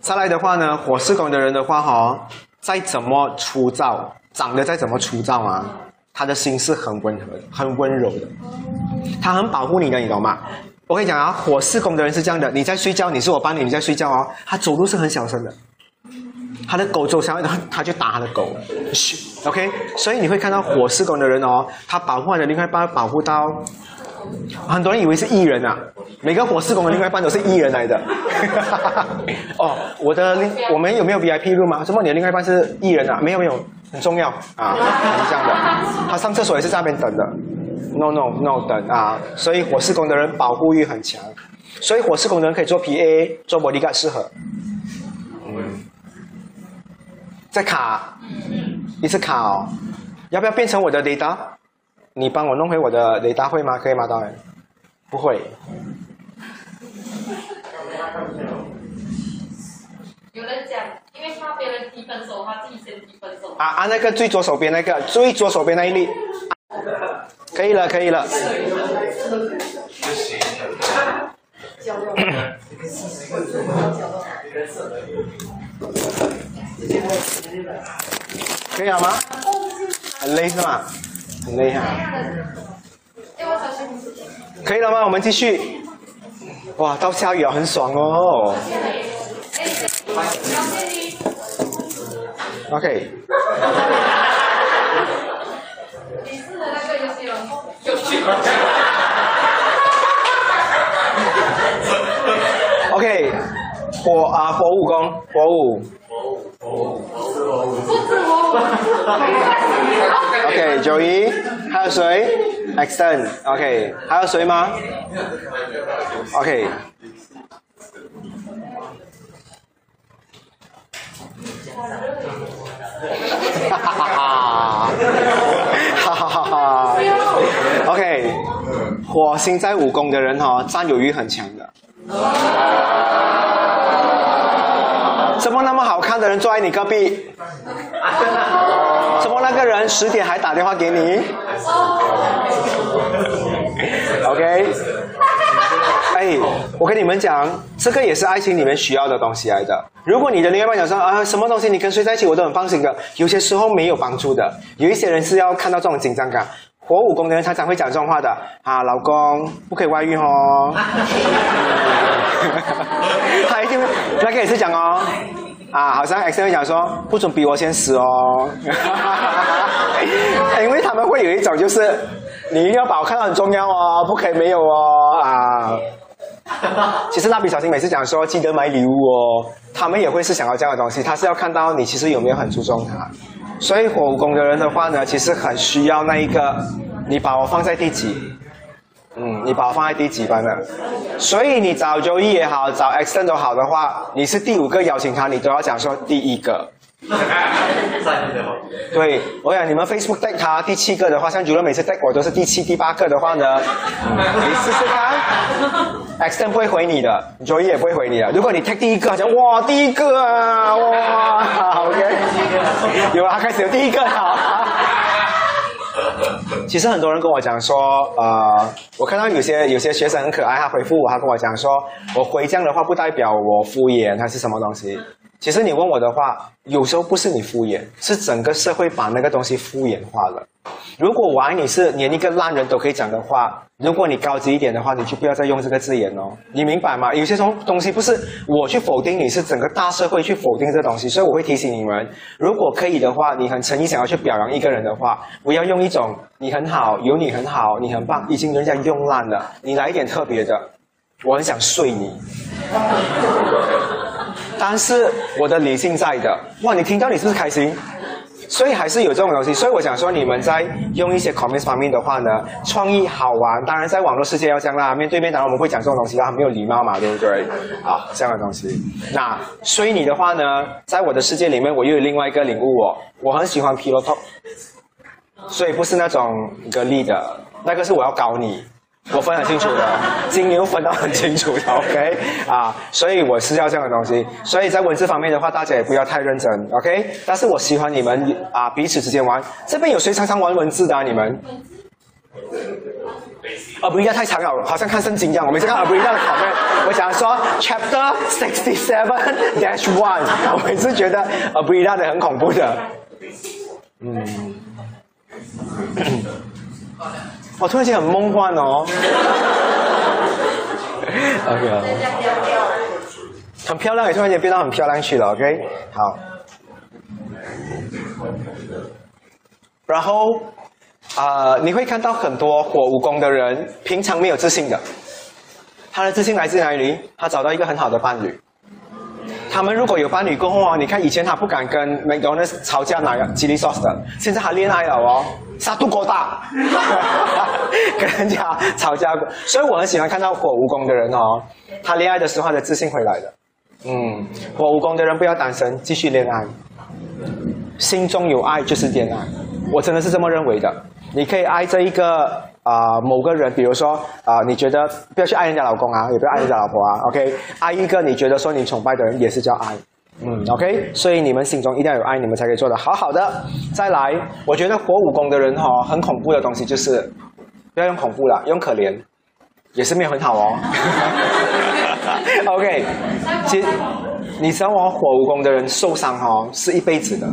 再来的话呢，火四宫的人的话再怎么粗糙，长得再怎么粗糙啊，他的心是很温和的，很温柔的，他很保护你的，你懂吗？我跟你讲啊，火四宫的人是这样的，你在睡觉，你是我伴侣，你在睡觉哦，他走路是很小声的，他的狗走上来，他就打他的狗 ，OK， 所以你会看到火四宫的人哦，他保护他的另外一半，保护到很多人以为是艺人啊，每个火四宫的另外一半都是艺人来的。哦，我们有没有 VIP room 啊？什么你的另外一半是艺人啊？没有，很重要啊，是这样的。他上厕所也是在那边等的。No 等啊，所以火四宫的人保护欲很强，所以火四宫的人可以做 PA 做 bodyguard 适合。再卡，一次卡哦，要不要变成我的雷达？你帮我弄回我的雷达会吗？可以吗，导演？不会。 有人讲，因为怕别人提分手，他自己先提分手。 啊，那个最左手边那个，最左手边那一粒。可以了。可以了吗？很累是吗？很累哈。可以了吗？我们继续。哇，到下雨了，很爽哦。OK。OK， 火五宫，火五。OK， 九一，还有谁 ？Extend， OK， 还有谁吗 ？OK。哈哈哈！OK， 火星在五宫的人占有欲很强的。怎么那么好看的人坐在你隔壁？怎么那个人10点还打电话给你 ？OK。哎，我跟你们讲，这个也是爱情里面需要的东西来的。如果你的另外一半讲说啊，什么东西你跟谁在一起我都很放心的，有些时候没有帮助的。有一些人是要看到这种紧张感。火五宫的人常常会讲这种话的啊，老公不可以外遇哦。他一定会，那个也是讲哦，啊，好像 X 会讲说不准比我先死哦。因为他们会有一种就是你一定要把我看到很重要哦，不可以没有哦啊。其实蜡笔小新每次讲说记得买礼物哦，他们也会是想要这样的东西，他是要看到你其实有没有很注重他。所以火宫的人的话呢，其实很需要那一个，你把我放在第几？你把我放在第几班呢？所以你找周一也好，找 Extend 都好的话，你是第5个邀请他，你都要讲说第1个。对，我想你们 Facebook tag 他第7个的话，像主任每次 tag 我都是第7、第8个的话呢，你试试看 ，Extend 不会回你的，周一也不会回你的。如果你 tag 第1个，讲哇第1个啊，哇 ，OK， 有啊，开始有第1个了。其实很多人跟我讲说，我看到有些学生很可爱，他回复我，他跟我讲说，我回这样的话不代表我敷衍还是什么东西。其实你问我的话，有时候不是你敷衍，是整个社会把那个东西敷衍化了。如果我爱你是连一个烂人都可以讲的话，如果你高级一点的话，你就不要再用这个字眼哦。你明白吗？有些东西不是我去否定你，是整个大社会去否定这东西。所以我会提醒你们，如果可以的话，你很诚意想要去表扬一个人的话，不要用一种你很好，有你很好，你很棒，已经人家用烂了，你来一点特别的，我很想睡你。但是我的理性在的，哇，你听到你是不是开心？所以还是有这种东西，所以我想说，你们在用一些 comments 方面的话呢，创意好玩，当然在网络世界要这样啦，面对面当然我们会讲这种东西，很没有礼貌嘛，对不对？啊，这样的东西。那所以你的话呢，在我的世界里面，我又有另外一个领悟哦，我很喜欢 pillow talk， 所以不是那种格力的，那个是我要搞你。我分很清楚的，金牛分得很清楚的 ，OK 啊，所以我是要这样的东西。所以在文字方面的话，大家也不要太认真 ，OK。但是我喜欢你们彼此之间玩。这边有谁常常玩文字的啊？你们 Abrida 太长了，好像看圣经一样。我每次看 Abrida 的旁边，我想说 Chapter 67-1，我每次觉得 Abrida 的很恐怖的。我突然间很梦幻哦。OK， 很漂亮，也突然间变到很漂亮去了。OK， 好。然后你会看到很多火蜈蚣的人，平常没有自信的。他的自信来自哪里？他找到一个很好的伴侣。他们如果有伴侣过后哦，你看以前他不敢跟 McDonald's 吵架拿 chili sauce 的，现在他恋爱了哦，杀度够大，跟人家吵架过。所以我很喜欢看到火蜈蚣的人哦，他恋爱的时候他的自信回来的。火蜈蚣的人不要单身，继续恋爱，心中有爱就是恋爱，我真的是这么认为的。你可以爱这一个某个人，比如说你觉得不要去爱人家老公啊，也不要爱人家老婆啊 ，OK？ 爱一个你觉得说你崇拜的人也是叫爱，OK？ 所以你们心中一定要有爱，你们才可以做得好好的。再来，我觉得火蜈蚣的人很恐怖的东西就是不要用恐怖了，用可怜也是没有很好哦。OK， 其实你知道火蜈蚣的人受伤是一辈子的。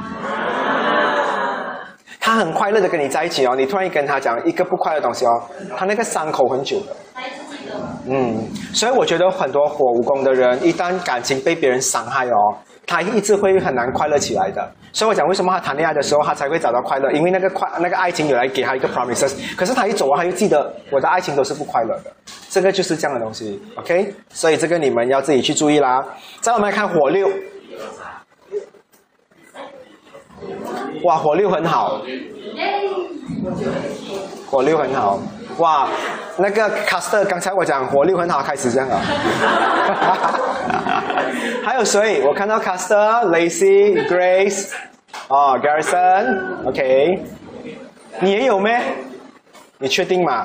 他很快乐的跟你在一起你突然跟他讲一个不快乐的东西他那个伤口很久的。所以我觉得很多火蜈蚣的人，一旦感情被别人伤害他一直会很难快乐起来的。所以我讲为什么他谈恋爱的时候他才会找到快乐，因为那个爱情有来给他一个 promises， 可是他一走他就记得我的爱情都是不快乐的，这个就是这样的东西 ，OK？ 所以这个你们要自己去注意啦。再我们来看火六。哇，火六很好，火六很好，哇，那个 Caster 刚才我讲火六很好，开始这样了。还有谁？我看到 Caster、Lacy、Grace，Garrison，OK， 你也有咩？你确定吗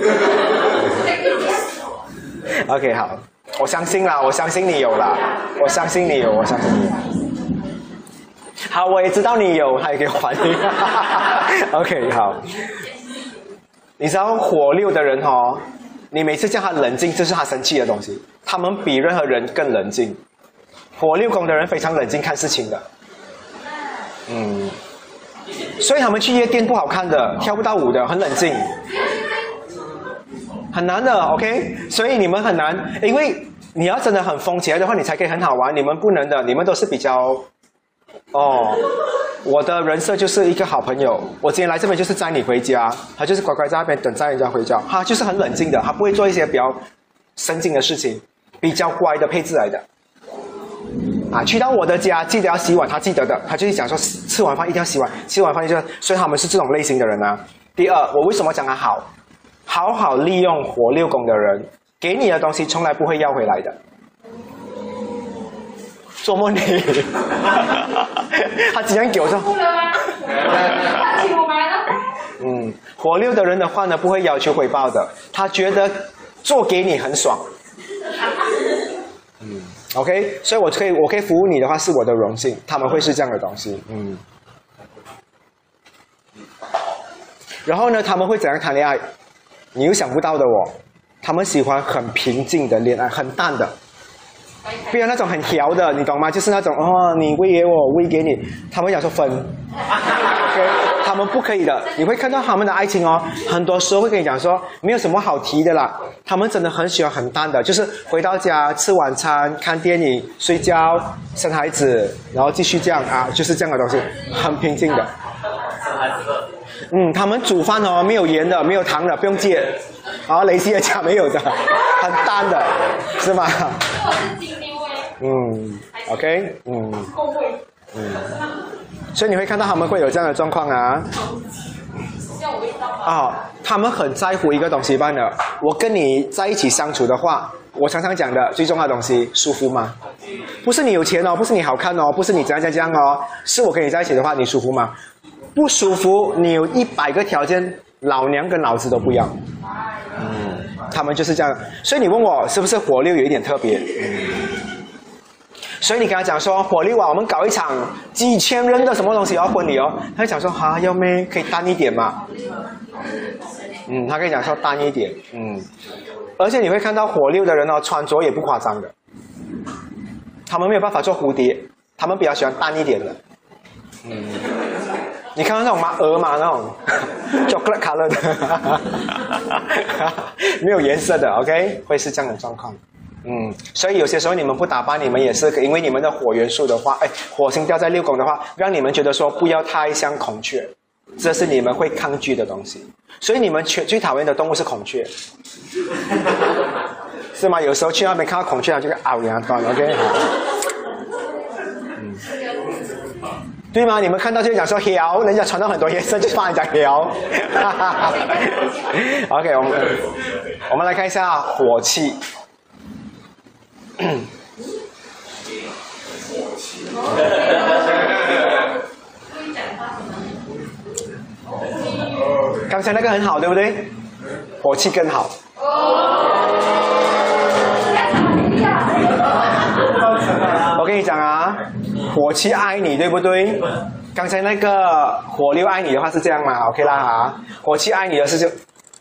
？OK， 好，我相信啦，我相信你有啦，我相信你有，我相信你有。好，我也知道你有，还给我反应。OK， 好。你知道火六的人你每次叫他冷静，这是他生气的东西。他们比任何人更冷静。火六宫的人非常冷静看事情的。所以他们去夜店不好看的，跳不到舞的，很冷静，很难的。OK， 所以你们很难，因为你要真的很疯起来的话，你才可以很好玩。你们不能的，你们都是比较。我的人设就是一个好朋友，我今天来这边就是载你回家，他就是乖乖在那边等载人家回家，他就是很冷静的，他不会做一些比较神经的事情，比较乖的配置来的。去到我的家记得要洗碗，他记得的，他就是讲说吃完饭一定要洗碗，吃完饭就，所以他们是这种类型的人啊。第二，我为什么讲他好？好好利用火六宫的人，给你的东西从来不会要回来的。做梦你，他竟然给我说，火六的人的话呢，不会要求回报的，他觉得做给你很爽。OK， 所以我可以服务你的话是我的荣幸，他们会是这样的东西。然后呢，他们会怎样谈恋爱？你又想不到的他们喜欢很平静的恋爱，很淡的。不要那种很调的，你懂吗？就是那种你喂给我，喂给你，他们讲说分，OK， 他们不可以的。你会看到他们的爱情很多时候会跟你讲说没有什么好提的啦。他们真的很喜欢很淡的，就是回到家吃晚餐、看电影、睡觉、生孩子，然后继续这样就是这样的东西，很平静的。他们煮饭没有盐的，没有糖的，不用戒。然后雷西的家没有的，很淡的，是吗？OK， 所以你会看到他们会有这样的状况他们很在乎一个东西罢了。我跟你在一起相处的话，我常常讲的最重要的东西，舒服吗？不是你有钱不是你好看不是你怎样是我跟你在一起的话，你舒服吗？不舒服，你有100个条件，老娘跟老子都不要。他们就是这样。所以你问我是不是火六有一点特别？所以你跟他讲说火六我们搞一场几千人的什么东西婚礼他就讲说要咩？可以淡一点嘛。 他跟你讲说淡一点，而且你会看到火6的人哦，穿着也不夸张的，他们没有办法做蝴蝶，他们比较喜欢淡一点的，你看到那种鹅嘛那种 chocolate color 的，没有颜色的 ，OK， 会是这样的状况。所以有些时候你们不打扮，你们也是因为你们的火元素的话，火星掉在6宫的话，让你们觉得说不要太像孔雀，这是你们会抗拒的东西。所以你们最讨厌的动物是孔雀，是吗？有时候去那边看到孔雀，它就会咬两段 ，OK， 好。对吗？你们看到就讲说妖，人家传到很多颜色，就帮人家妖。OK， 我们来看一下火气。刚才那个很好，对不对？火气更好。我跟你讲啊，火气爱你，对不对？刚才那个火6爱你的话是这样嘛 ？OK 啦哈，火气爱你的是就，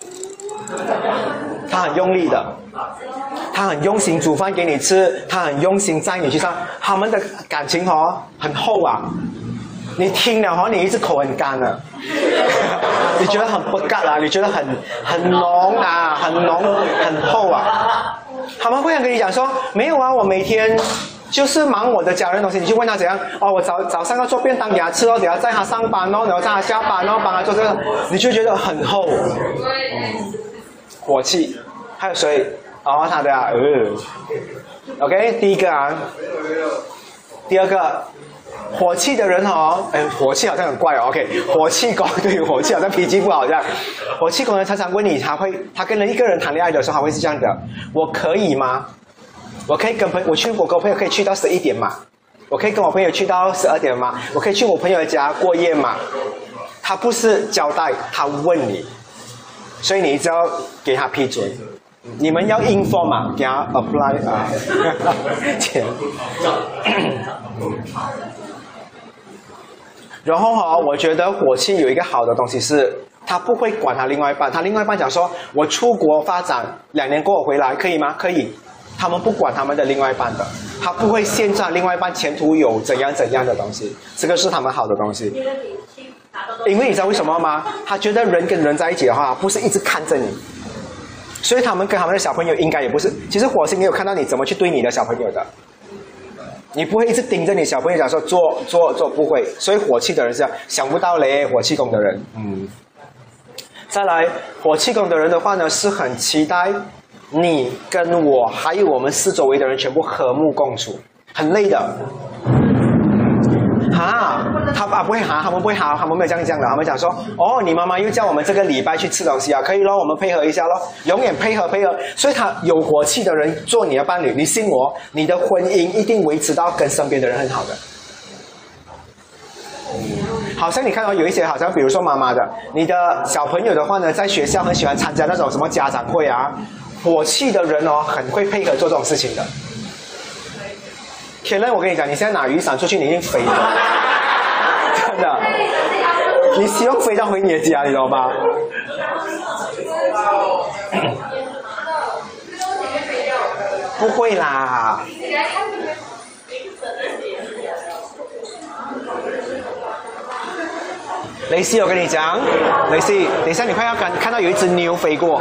他很用力的。他很用心煮饭给你吃，他很用心载你去上，他们的感情很厚啊，你听了你一直口很干啊，你觉得很不干啊，你觉得很浓啊，很浓很厚啊，他们会想跟你讲说，没有啊，我每天就是忙我的家人的东西，你去问他怎样，我早上要做便当给他吃等下载他上班然后载他下班帮他做这个，你就觉得很厚，火气，还有谁？他的OK， 第一个啊，第二个，火气的人火气好像很怪OK， 火气宫对，火气好像脾气不好这样。火气宫人常常问你，他跟一个人谈恋爱的时候，他会是这样的：我可以吗？我可以跟我跟朋友可以去到11点嘛？我可以跟我朋友去到12点吗？我可以去我朋友家过夜嘛？他不是交代，他问你，所以你一直要给他批准。你们要 inform 嘛，给他 apply 钱。然后我觉得火气有一个好的东西是，他不会管他另外一半。他另外一半讲说，我出国发展2年过后回来，可以吗？可以。他们不管他们的另外一半的，他不会限制另外一半前途有怎样的东西，这个是他们好的东西。因为你知道为什么吗？他觉得人跟人在一起的话，不是一直看着你。所以他们跟他们的小朋友应该也不是，其实火星没有看到你怎么去对你的小朋友的，你不会一直盯着你小朋友讲说做，不会。所以火气的人是想不到嘞，火气宫的人，再来，火气宫的人的话呢，是很期待你跟我还有我们四周围的人全部和睦共处，很累的。他不会他们不会他们没有这样讲的，他们讲说，你妈妈又叫我们这个礼拜去吃东西啊，可以咯，我们配合一下咯，永远配合。所以他有火气的人做你的伴侣，你信我，你的婚姻一定维持到跟身边的人很好的。好像你看到有一些，好像比如说妈妈的，你的小朋友的话呢，在学校很喜欢参加那种什么家长会啊，火气的人很会配合做这种事情的。天任，我跟你讲，你现在拿雨伞出去，你一定飞的，真的。你希望飞到回你的家，你知道吗？不会啦。雷西，我跟你讲，雷西，等一下你快要看到有一只妞飞过。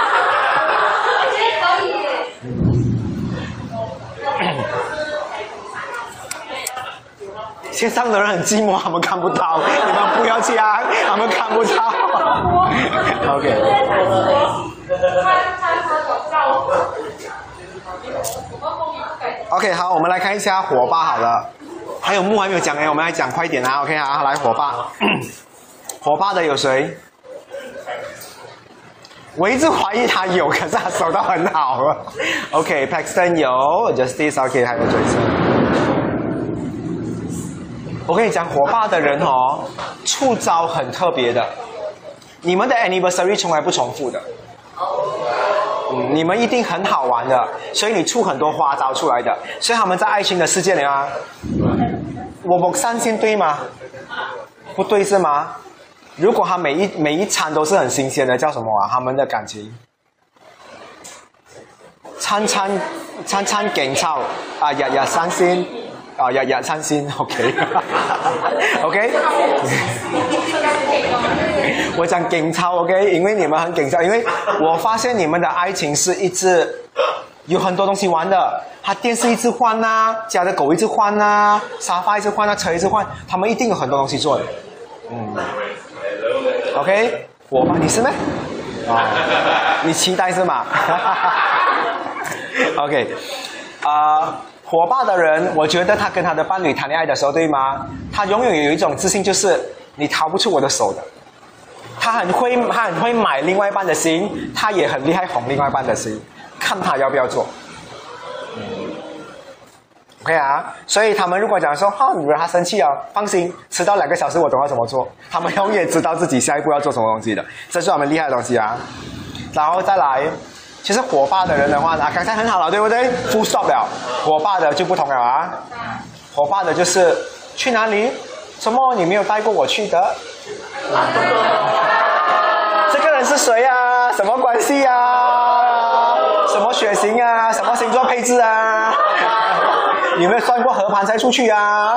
线上的人很寂寞，他们看不到，你们不要这样，他们看不到。OK， 好，我们来看一下火把好了。还有木还没有讲我们来讲快一点啊 ！OK 好，来火把，火把的有谁？我一直怀疑他有，可是他手都很好。OK，Paxton 有 ，Justice OK， 还有追车。我跟你讲，火把的人出招很特别的，你们的 anniversary 从来不重复的，你们一定很好玩的，所以你出很多花招出来的，所以他们在爱情的世界里我木三线对吗？不对是吗？ 如果他每一餐都是很新鲜的，叫什么啊？他们的感情，餐餐勁臭啊，日日新鮮啊，日日新鮮 ，OK， OK， 我講勁臭 ，OK， 因為你們很勁臭，因為我發現你們的愛情是一直有很多東西玩的，他電視一直換啊，家的狗一直換啊，沙發一直換啊，車一直換，他們一定有很多東西做的，OK， 我嗎？你是咩？你期待是嗎？OK， 火爆的人，我觉得他跟他的伴侣谈恋爱的时候，对吗？他永远有一种自信，就是你逃不出我的手的。他很会买另外一半的心，他也很厉害哄另外一半的心，看他要不要做。OK 啊，所以他们如果讲说，你惹他生气啊，放心，迟到2个小时我懂要怎么做。他们永远知道自己下一步要做什么东西的，这是他们厉害的东西啊。然后再来。其实火爆的人的话呢，刚才很好了，对不对 ？Full stop 了，火爆的就不同了啊。火爆的就是去哪里？什么你没有带过我去的？这个人是谁啊？什么关系啊？什么血型啊？什么星座配置啊？有没有算过合盘才出去啊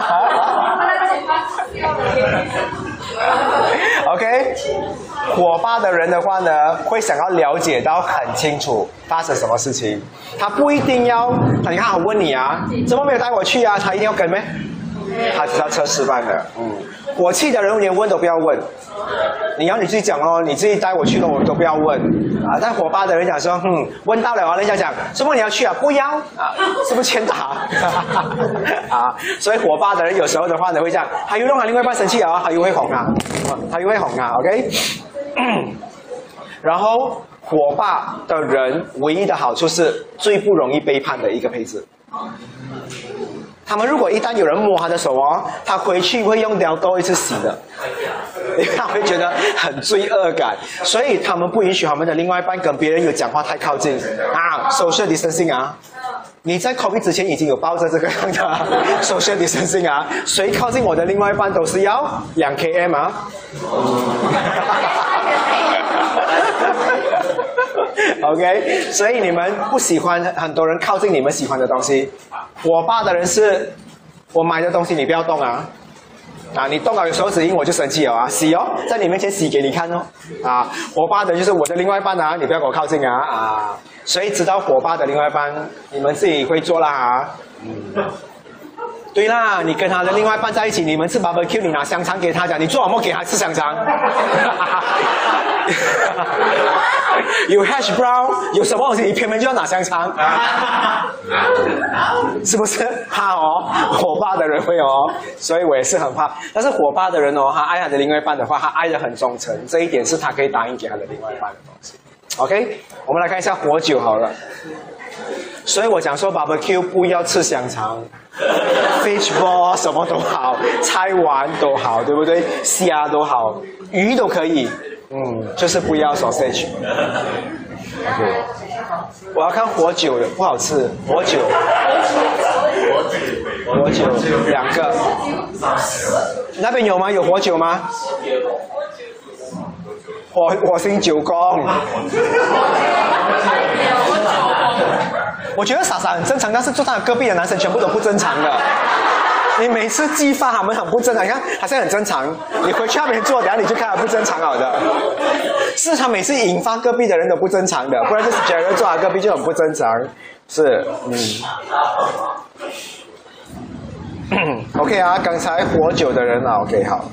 ？OK， 火爆的人的话呢，会想要了解到很清楚发生什么事情。他不一定要，你看我问你啊，怎么没有带我去啊？他一定要跟咩？他只要测试办的。火气的人连问都不要问，你自己讲哦，你自己带我去了，我都不要问啊。但火爆的人讲说，问到了啊，人家讲什么你要去啊？不要啊，是不是欠打啊？所以火爆的人有时候的话呢，会这样，他又让他另外一半生气啊，他又会哄啊，他又会哄啊 ，OK 。然后火爆的人唯一的好处是最不容易背叛的一个配置。他们如果一旦有人摸他的手哦，他回去会用燎刀一直洗的，因为他会觉得很罪恶感，所以他们不允许他们的另外一半跟别人有讲话太靠近啊 ，social distancing 啊。你在 COVID 之前已经有抱着这个样的 social distancing 啊，谁靠近我的另外一半都是要2 km 啊。OK， 所以你们不喜欢很多人靠近你们喜欢的东西。火爆的人是，我买的东西你不要动啊，你动了有手指印我就生气了啊，洗哦，在你面前洗给你看哦，火爆的就是我的另外一半啊，你不要跟我靠近啊，所以知道火爆的另外一半，你们自己会做啦对啦，你跟他的另外一半在一起，你们吃 barbecue， 你拿香肠给他讲，你做什么给他吃香肠？有 hash brown， 有什么东西你偏偏就要拿香肠？是不是怕哦？火爆的人会哦，所以我也是很怕。但是火爆的人哦，他爱他的另外一半的话，他爱得很忠诚，这一点是他可以答应给他的另外一半的东西。OK， 我们来看一下火酒好了。所以我讲说 barbecue 不要吃香肠 ，fish ball 什么都好，菜丸都好，对不对？虾都好，鱼都可以，就是不要 sausage。OK， 我要看火酒的，不好吃，火酒2个，那边有吗？有火酒吗？火星9公。我觉得傻傻很正常，但是坐在隔壁的男生全部都不正常的。你每次激发他们很不正常，你看好像很正常，你回去那边坐，等下你就看他不正常好的。是他每次引发隔壁的人都不正常的，不然就是 Jerry 坐他隔壁就很不正常。是，OK 啊，刚才火酒的人啊 ，OK 好。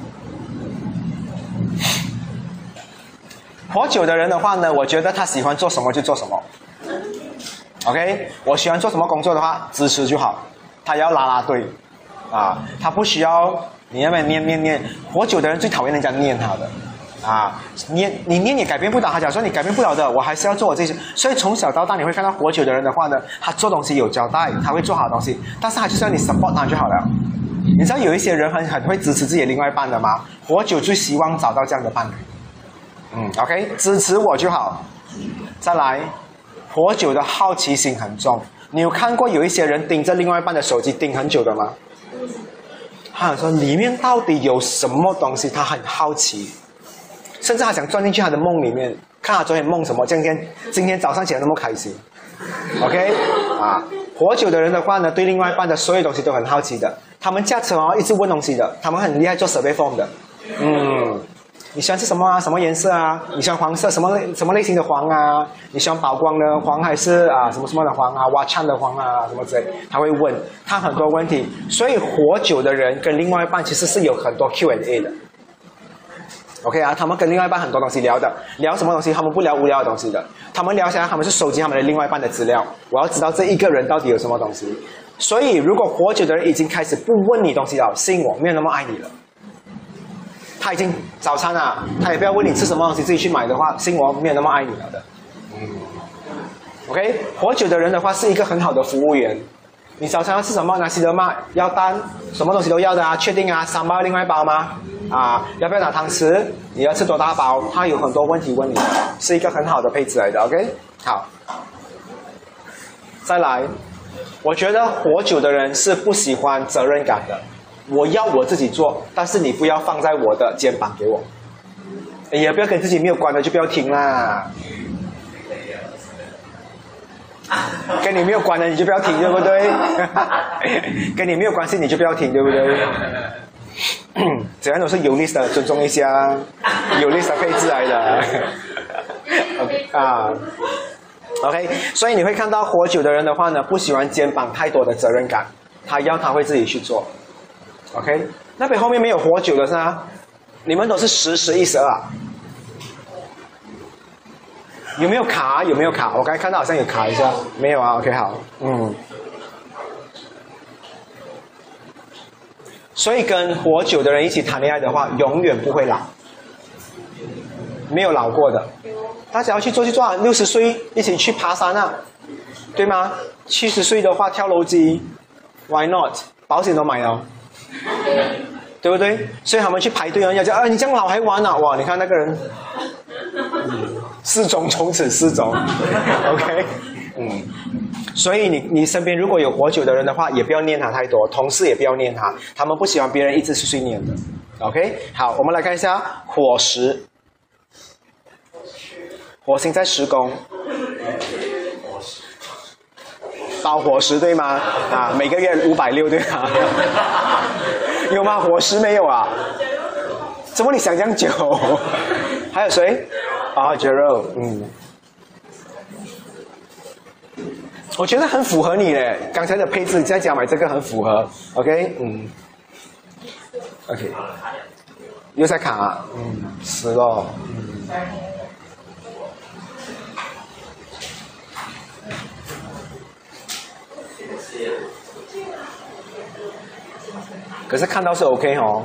火酒的人的话呢，我觉得他喜欢做什么就做什么。OK， 我喜欢做什么工作的话，支持就好。他要拉拉队，他不需要你那边念。火酒的人最讨厌人家念他的，你念也改变不了。他讲说你改变不了的，我还是要做我这些。所以从小到大你会看到火酒的人的话呢，他做东西有交代，他会做好东西，但是他就是要你 support 他就好了。你知道有一些人很会支持自己的另外一半的吗？火酒最希望找到这样的伴侣。OK， 支持我就好。再来。火酒的好奇心很重，你有看过有一些人盯着另外一半的手机盯很久的吗？他想说里面到底有什么东西，他很好奇。 甚至他想钻进去他的梦里面，看他昨天梦什么，今天早上起来那么开心。OK 啊，活久的人的话呢，对另外一半的所有东西都很好奇的，他们驾车一直问东西的，他们很厉害做 survey form 的。你喜欢吃什么啊？什么颜色啊？你喜欢黄色？什么类型的黄啊？你喜欢宝光的黄还是什么的黄啊？挖灿的黄啊？什么之类，他会问他很多问题。所以活久的人跟另外一半其实是有很多 Q&A 的。OK 啊，他们跟另外一半很多东西聊的，聊什么东西？他们不聊无聊的东西的，他们聊下来，他们是收集他们的另外一半的资料。我要知道这一个人到底有什么东西。所以，如果活久的人已经开始不问你东西了，信我，没有那么爱你了。他已经早餐啊，他也不要问你吃什么东西，自己去买的话，信我，没有那么爱你了的。OK， 活久的人的话是一个很好的服务员。你早餐要吃什么？拿西德吗？要蛋，什么东西都要的啊？确定啊？3包另外1包吗？要不要拿汤匙？你要吃多大包？他有很多问题问你，是一个很好的配置来的。OK， 好，再来，我觉得活久的人是不喜欢责任感的。我要我自己做，但是你不要放在我的肩膀给我，也不要跟自己没有关的就不要听啦。跟你没有关的你就不要听，对不对？跟你没有关系你就不要听，对不对？怎样都是有 list 的，尊重一下，有 list 的配置来的。OK， 所以你会看到活久的人的话呢，不喜欢肩膀太多的责任感，他会自己去做。OK， 那边后面没有活久的是吗？你们都是10、11、12。有没有卡？有没有卡？我刚才看到好像有卡一下，没有啊 ？OK， 好，所以跟活久的人一起谈恋爱的话，永远不会老，没有老过的。大家要去做就做啊，60岁一起去爬山啊，对吗？70岁的话跳楼机 ，Why not？ 保险都买了，对不对？所以他们去排队，人家讲你这样老还玩啊？哇，你看那个人。失踪，从此失踪。OK， 所以你身边如果有活久的人的话，也不要念他太多，同事也不要念他，他们不喜欢别人一直碎念的。OK， 好，我们来看一下火石，火星在10宫，包伙食对吗？每个月560对吗？有吗？伙食没有啊？怎么你想这样久？还有谁？Jerome， 我觉得很符合你嘞，刚才的配置再加买这个很符合。OK， OK， 又在卡啊，10咯，可是看到是 OK 哦。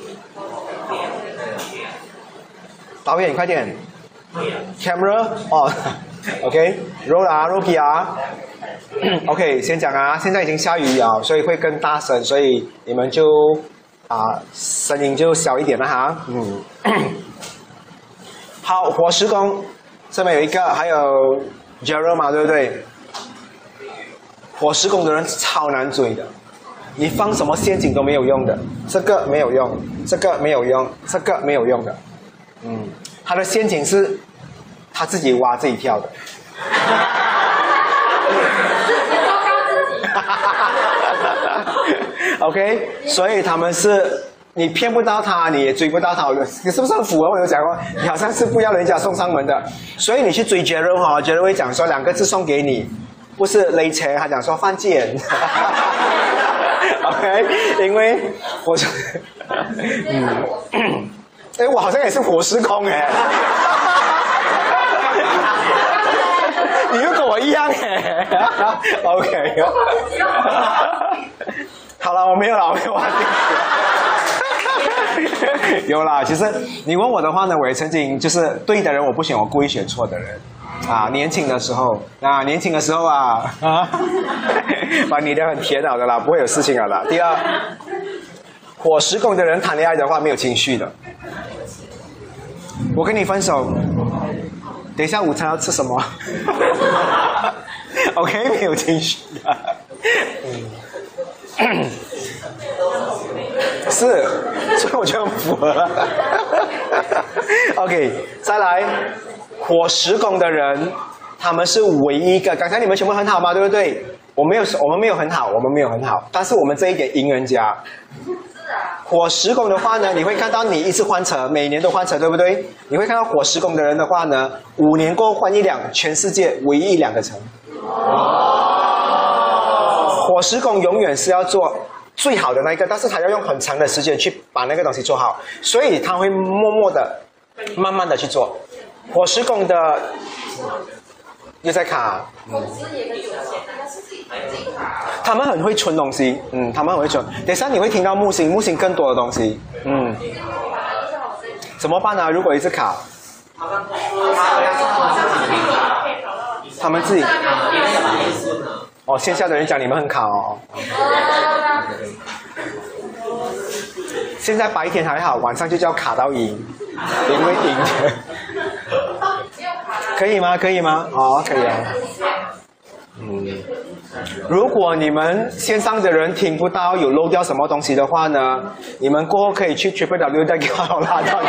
导演，快点 ！Camera OK，roll 啊 ，Rocky 啊 ，OK， 先讲啊，现在已经下雨了，所以会更大声，所以你们就声音就小一点了哈，好，火石宫这边有一个，还有 Jerome 嘛，对不对？火石宫的人超难追的，你放什么陷阱都没有用的，这个没有用，这个没有用，这个没有用的。他的陷阱是他自己挖自己跳的。OK， 所以他们是你骗不到他，你也追不到他，你是不是很符合我有讲过？你好像是不要人家送上门的，所以你去追 Jerome 哈，Jerome 会讲说2个字送给你，不是勒钱，他讲说犯贱。OK， 因为我说，我好像也是火石宫你又跟我一样OK， 好了，我没有了，我没有忘记。有啦，其实你问我的话呢，我也曾经就是对的人我不选，我故意选错的人年轻的时候把你的很甜好的啦，不会有事情了啦。第二，火石宫的人谈恋爱的话没有情绪的。我跟你分手，等一下午餐要吃什么？OK， 没有情绪的。是，所以我觉得很符合。 OK， 再来，火十宫的人，他们是唯一一个。刚才你们全部很好吗？对不对？我们没有很好，但是我们这一点赢人家。火十宫的话呢，你会看到你一次换车，每年都换车，对不对？你会看到火十宫的人的话呢，5年过后换一辆，全世界唯一2个车。火十宫永远是要做最好的那一个，但是他要用很长的时间去把那个东西做好，所以他会默默的、慢慢的去做。火十宫的又在卡，他们很会存东西，他们很会存。等一下你会听到木星更多的东西，怎么办呢？如果一直卡，他们自己。哦，线下的人讲你们很卡哦。现在白天还好，晚上就叫卡到赢，因为赢的。可以吗？可以吗？哦，可以啊。如果你们线上的人听不到有漏掉什么东西的话呢，你们过后可以去 www.kaolala.com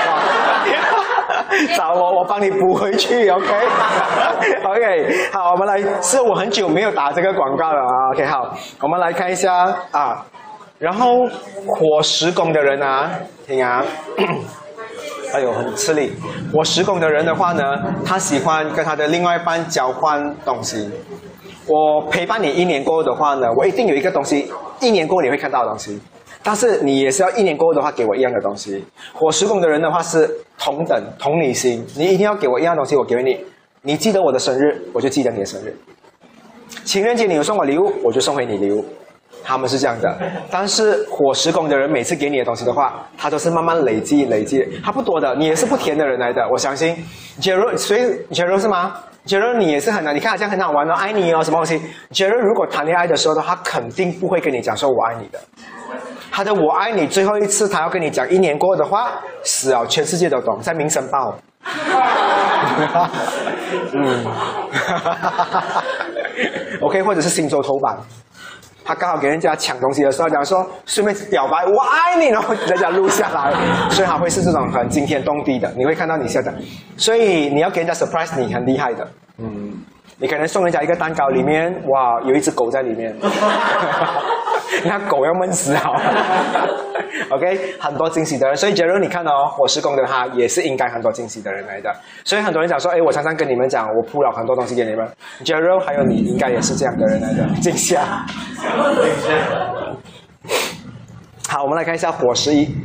找我帮你补回去 ，OK？ OK， 好，我们来，是我很久没有打这个广告了啊 ，OK， 好，我们来看一下啊，然后火十宫的人啊，听啊。哎呦，很吃力。火十宫的人的话呢，他喜欢跟他的另外一半交换东西。我陪伴你1年过后的话呢，我一定有一个东西，1年过后你会看到的东西。但是你也是要1年过后的话给我一样的东西。火十宫的人的话是同等同理心，你一定要给我一样东西，我给你。你记得我的生日，我就记得你的生日。情人节你有送我礼物，我就送回你礼物。他们是这样的，但是火十宫的人每次给你的东西的话，他都是慢慢累积，他不多的，你也是不甜的人来的，我相信。Jerry， 所以 Jerry 是吗 ？Jerry 你也是很难，你看好像很好玩哦，爱你哦，什么东西 ？Jerry 如果谈恋爱的时候的话，他肯定不会跟你讲说我爱你的。他的我爱你最后一次他要跟你讲1年过后的话，死了，全世界都懂，在民生报。OK， 或者是星洲头版。他刚好给人家抢东西的时候，讲说顺便表白我爱你，然后人家录下来，所以他会是这种很惊天动地的，你会看到你现在，所以你要给人家 surprise， 你很厉害的，你可能送人家一个蛋糕，里面哇有一只狗在里面，那狗要闷死好，OK， 很多惊喜的人，所以假如你看哦，火十宫的他也是应该很多惊喜的人来的，所以很多人讲说，哎，我常常跟你们讲，我铺了很多东西给你们，假如还有你应该也是这样的人来的，惊喜啊！好，我们来看一下火十一，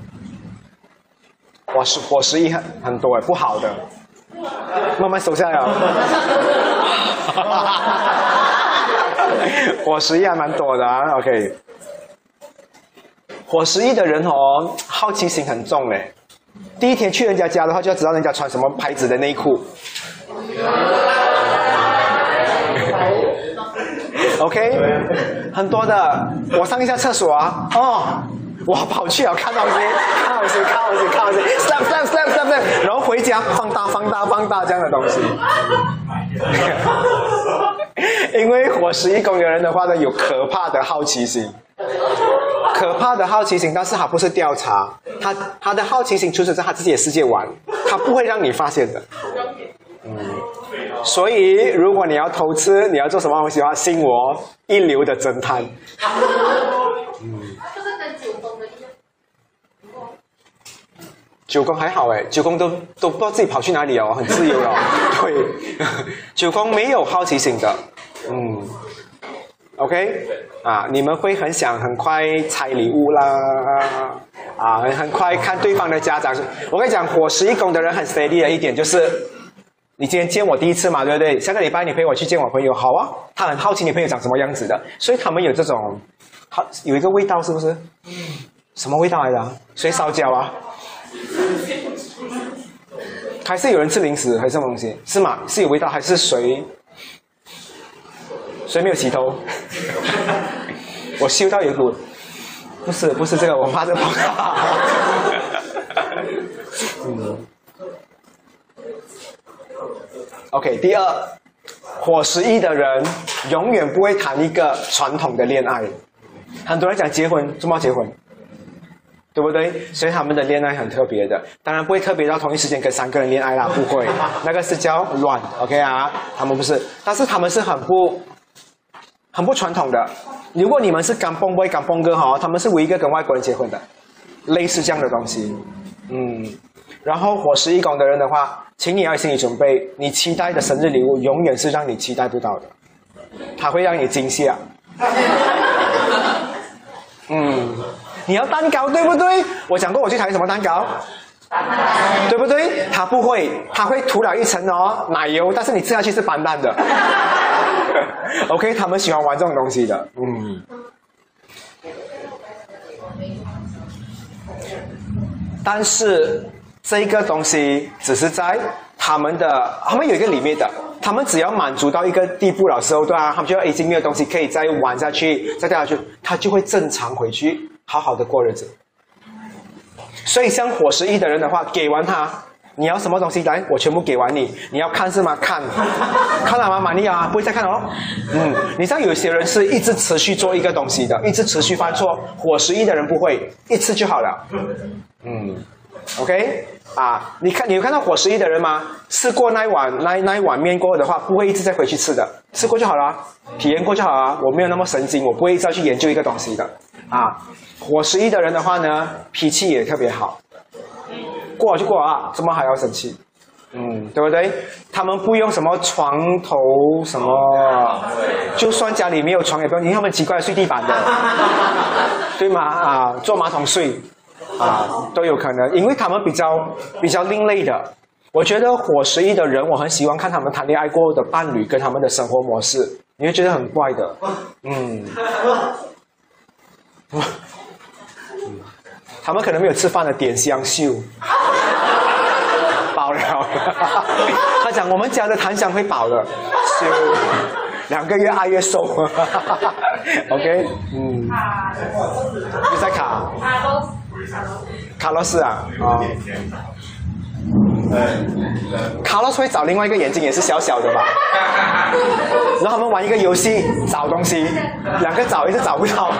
火十一很多哎，不好的，慢慢收下来哦。火十一还蛮多的啊 ，OK。火十一的人哦，好奇心很重嘞。第一天去人家家的话，就要知道人家穿什么牌子的内裤。OK， 很多的。我上一下厕所啊，哦，我跑去啊，看到些，step， 然后回家放大这样的东西。因为火十一宫的人的话呢，有可怕的好奇心，但是他不是调查，他的好奇心就是在他自己的世界玩，他不会让你发现的。所以如果你要偷吃，你要做什么东西的话，信我，一流的侦探。 就是跟九宫的一样。 九宫还好哎，九宫都不知道自己跑去哪里哦，很自由哦。对，九宫没有好奇心的。OK， 啊，你们会很想很快拆礼物啦，啊，很快看对方的家长。我跟你讲，火十一宫的人很 steady 的一点就是，你今天见我第一次嘛，对不对？下个礼拜你陪我去见我朋友，好啊。他很好奇你朋友长什么样子的，所以他们有这种，有一个味道是不是？什么味道来的啊？水烧焦啊？还是有人吃零食还是什么东西？是吗？是有味道还是水没有洗头？我嗅到有股，不是这个，我怕这个不好。OK， 第二，火十一的人永远不会谈一个传统的恋爱。很多人讲结婚，怎么结婚？ 对不对？所以他们的恋爱很特别的，当然不会特别到同一时间跟3个人恋爱啦，不会，那个是叫乱 ，OK 啊？他们不是，但是他们是很不传统的。如果你们是港蹦 boy 港蹦哥哈，他们是唯一一个跟外国人结婚的，类似这样的东西，然后火石一宫的人的话，请你要有心理准备，你期待的生日礼物永远是让你期待不到的，它会让你惊吓。你要蛋糕对不对？我讲过我去谈什么蛋糕，对不对？它不会，它会涂了一层奶油，但是你吃下去是斑蛋的。OK， 他们喜欢玩这种东西的，但是这个东西只是在他们有一个里面的，他们只要满足到一个地步了之后，对啊，他们觉得已经没有东西可以再玩下去，再掉下去，他就会正常回去，好好的过日子。所以像火石1的人的话，给完他，你要什么东西来，我全部给完你。你要看是吗？看了吗？满意啊，不会再看哦。你知道有些人是一直持续做一个东西的，一直持续犯错。火石1的人不会，一次就好了。OK 啊，你有看到火石1的人吗？吃过那一碗面过后的话，不会一直再回去吃的，吃过就好了，体验过就好了。我没有那么神经，我不会一直要去研究一个东西的啊。火石1的人的话呢，脾气也特别好，过了就过了啊，怎么还要生气？对不对？他们不用什么床头什么，就算家里没有床也不用，因为他们奇怪睡地板的，对吗？啊，坐马桶睡。都有可能，因为他们比较另类的。我觉得火石1的人，我很喜欢看他们谈恋爱过后的伴侣跟他们的生活模式，你会觉得很怪的。他们可能没有吃饭的点香秀，饱了。他讲我们家的檀香会饱的，秀2个月爱越瘦。OK， 你在卡？卡洛斯啊，卡洛斯会找另外一个眼睛也是小小的吧？然后他们玩一个游戏找东西，2个找一直找不到。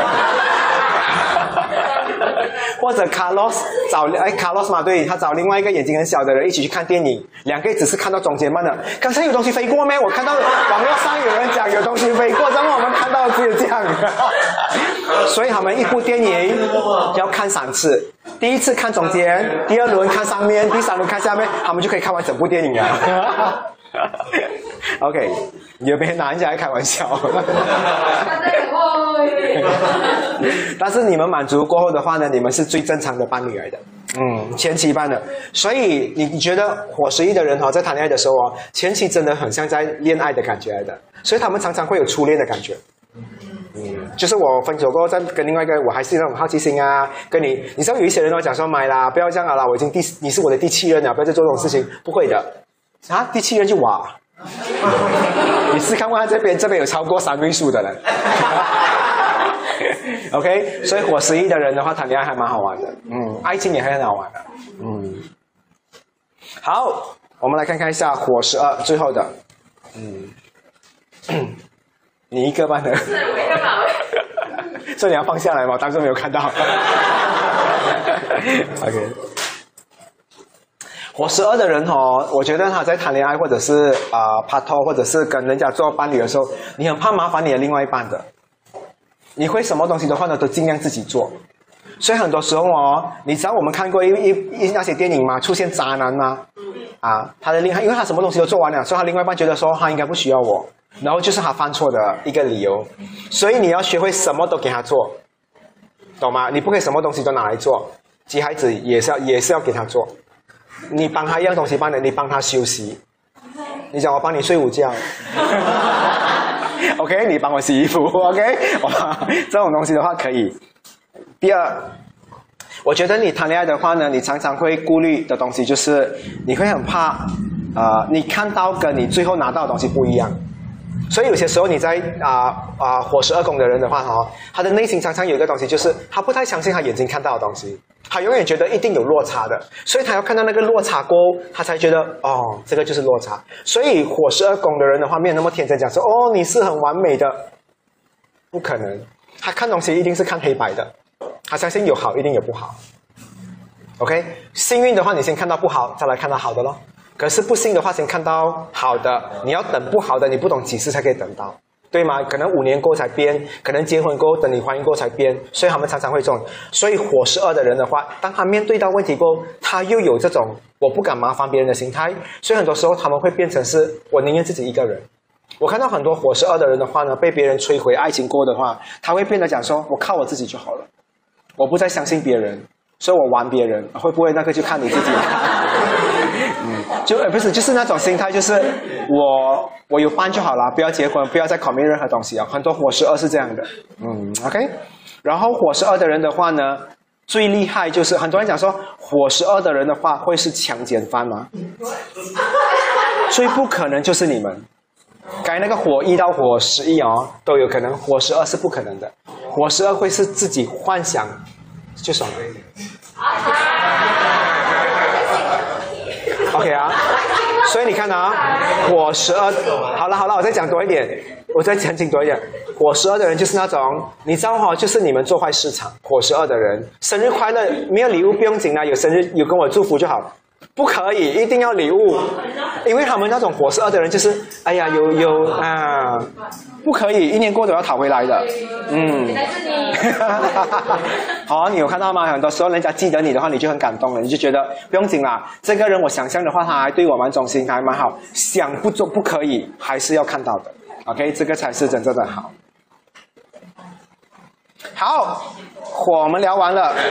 或者卡洛斯卡洛斯嘛，对，他找另外一个眼睛很小的人一起去看电影，2个只是看到中间慢的。刚才有东西飞过没？我看到网络上有人讲有东西飞过，然后我们看到只有这样。所以他们一部电影要看3次，第1次看中间，第2轮看上面，第3轮看下面，他们就可以看完整部电影了。OK， 有没有拿人家来开玩笑？但是你们满足过后的话呢，你们是最正常的伴侣来的，前期般的。所以你觉得火石1的人在谈恋爱的时候前期真的很像在恋爱的感觉来的，所以他们常常会有初恋的感觉。就是我分手过后再跟另外一个，我还是那种好奇心啊，跟你知道有一些人讲说买啦，不要这样啦，我已经你是我的第7任了，不要再做这种事情，不会的啊，第7任就哇，你试看看这边有超过3位数的人。OK， 所以火石1的人的话谈恋爱还蛮好玩的，爱情也还很好玩的，好，我们来看看一下火石2最后的，你一个班的， 是我一个班。 所以你要放下来嘛，当时没有看到。OK， 火石2的人我觉得他在谈恋爱或者是拍拖或者是跟人家做伴侣的时候，你很怕麻烦你的另外一半的。你会什么东西的话呢，都尽量自己做。所以很多时候你知道我们看过那些电影吗？出现渣男吗？他的因为他什么东西都做完了，所以他另外一半觉得说他应该不需要我，然后就是他犯错的一个理由。所以你要学会什么都给他做，懂吗？你不可以什么东西都拿来做，接孩子也是要给他做。你帮他一样东西办的，你帮他休息。你讲我帮你睡午觉。OK， 你帮我洗衣服 ，OK， 这种东西的话可以。第2，我觉得你谈恋爱的话呢，你常常会顾虑的东西就是你会很怕，你看到跟你最后拿到的东西不一样。所以有些时候你在火石2宫的人的话他的内心常常有一个东西，就是他不太相信他眼睛看到的东西，他永远觉得一定有落差的，所以他要看到那个落差过后，他才觉得这个就是落差。所以火石2宫的人的话，没有那么天真讲说你是很完美的，不可能。他看东西一定是看黑白的，他相信有好一定有不好。 OK， 幸运的话，你先看到不好，再来看到好的咯。可是不幸的话，先看到好的，你要等不好的，你不懂几时才可以等到，对吗？可能5年过后才变，可能结婚过后，等你怀孕过后才变，所以他们常常会这种。所以火12的人的话，当他面对到问题过后，他又有这种我不敢麻烦别人的心态，所以很多时候他们会变成是我宁愿自己一个人。我看到很多火12的人的话呢，被别人摧毁爱情过的话，他会变得讲说，我靠我自己就好了，我不再相信别人。所以我玩别人，会不会那个就看你自己不是，就是那种心态，就是我有伴就好了，不要结婚，不要再考虑任何东西啊。很多火12是这样的，OK。然后火12的人的话呢，最厉害就是很多人讲说，火12的人的话会是强奸犯吗？所以不可能就是你们。该那个火1到火11哦，都有可能，火12是不可能的，火12会是自己幻想。就爽了。OK 啊，所以你看啊，火12，好了，我再讲多一点，我再澄清多一点。火12的人就是那种，你知道哈，就是你们做坏市场。火12的人，生日快乐，没有礼物不用紧啦，有生日有跟我祝福就好。不可以，一定要礼物，因为他们那种火12的人就是，哎呀，有啊，不可以，1年过后都要讨回来的，好，你有看到吗？很多时候人家记得你的话，你就很感动了，你就觉得不用紧啦，这个人我想象的话，他还对我蛮忠心，他还蛮好，想不做不可以，还是要看到的 ，OK， 这个才是真正的好。好，火我们聊完了。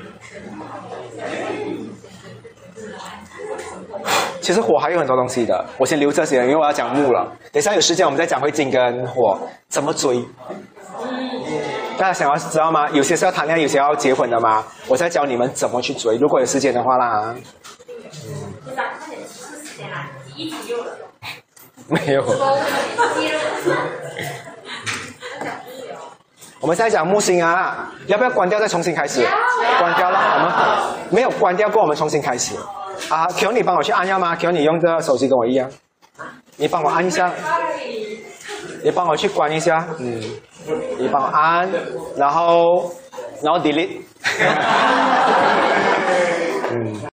其实火还有很多东西的，我先留这些，因为我要讲木了。等一下有时间我们再讲会金跟火怎么追。大家想要知道吗？有些是要谈恋爱，有些要结婚的吗？我再教你们怎么去追，如果有时间的话啦。没有。我们现在讲木星啊，要不要关掉再重新开始？关掉了，好吗？没有关掉过，我们重新开始。啊 ，Q 你帮我去按要吗 ？Q 你用这手机跟我一样，你帮我按一下，你帮我去关一下，你帮我按，然后 delete，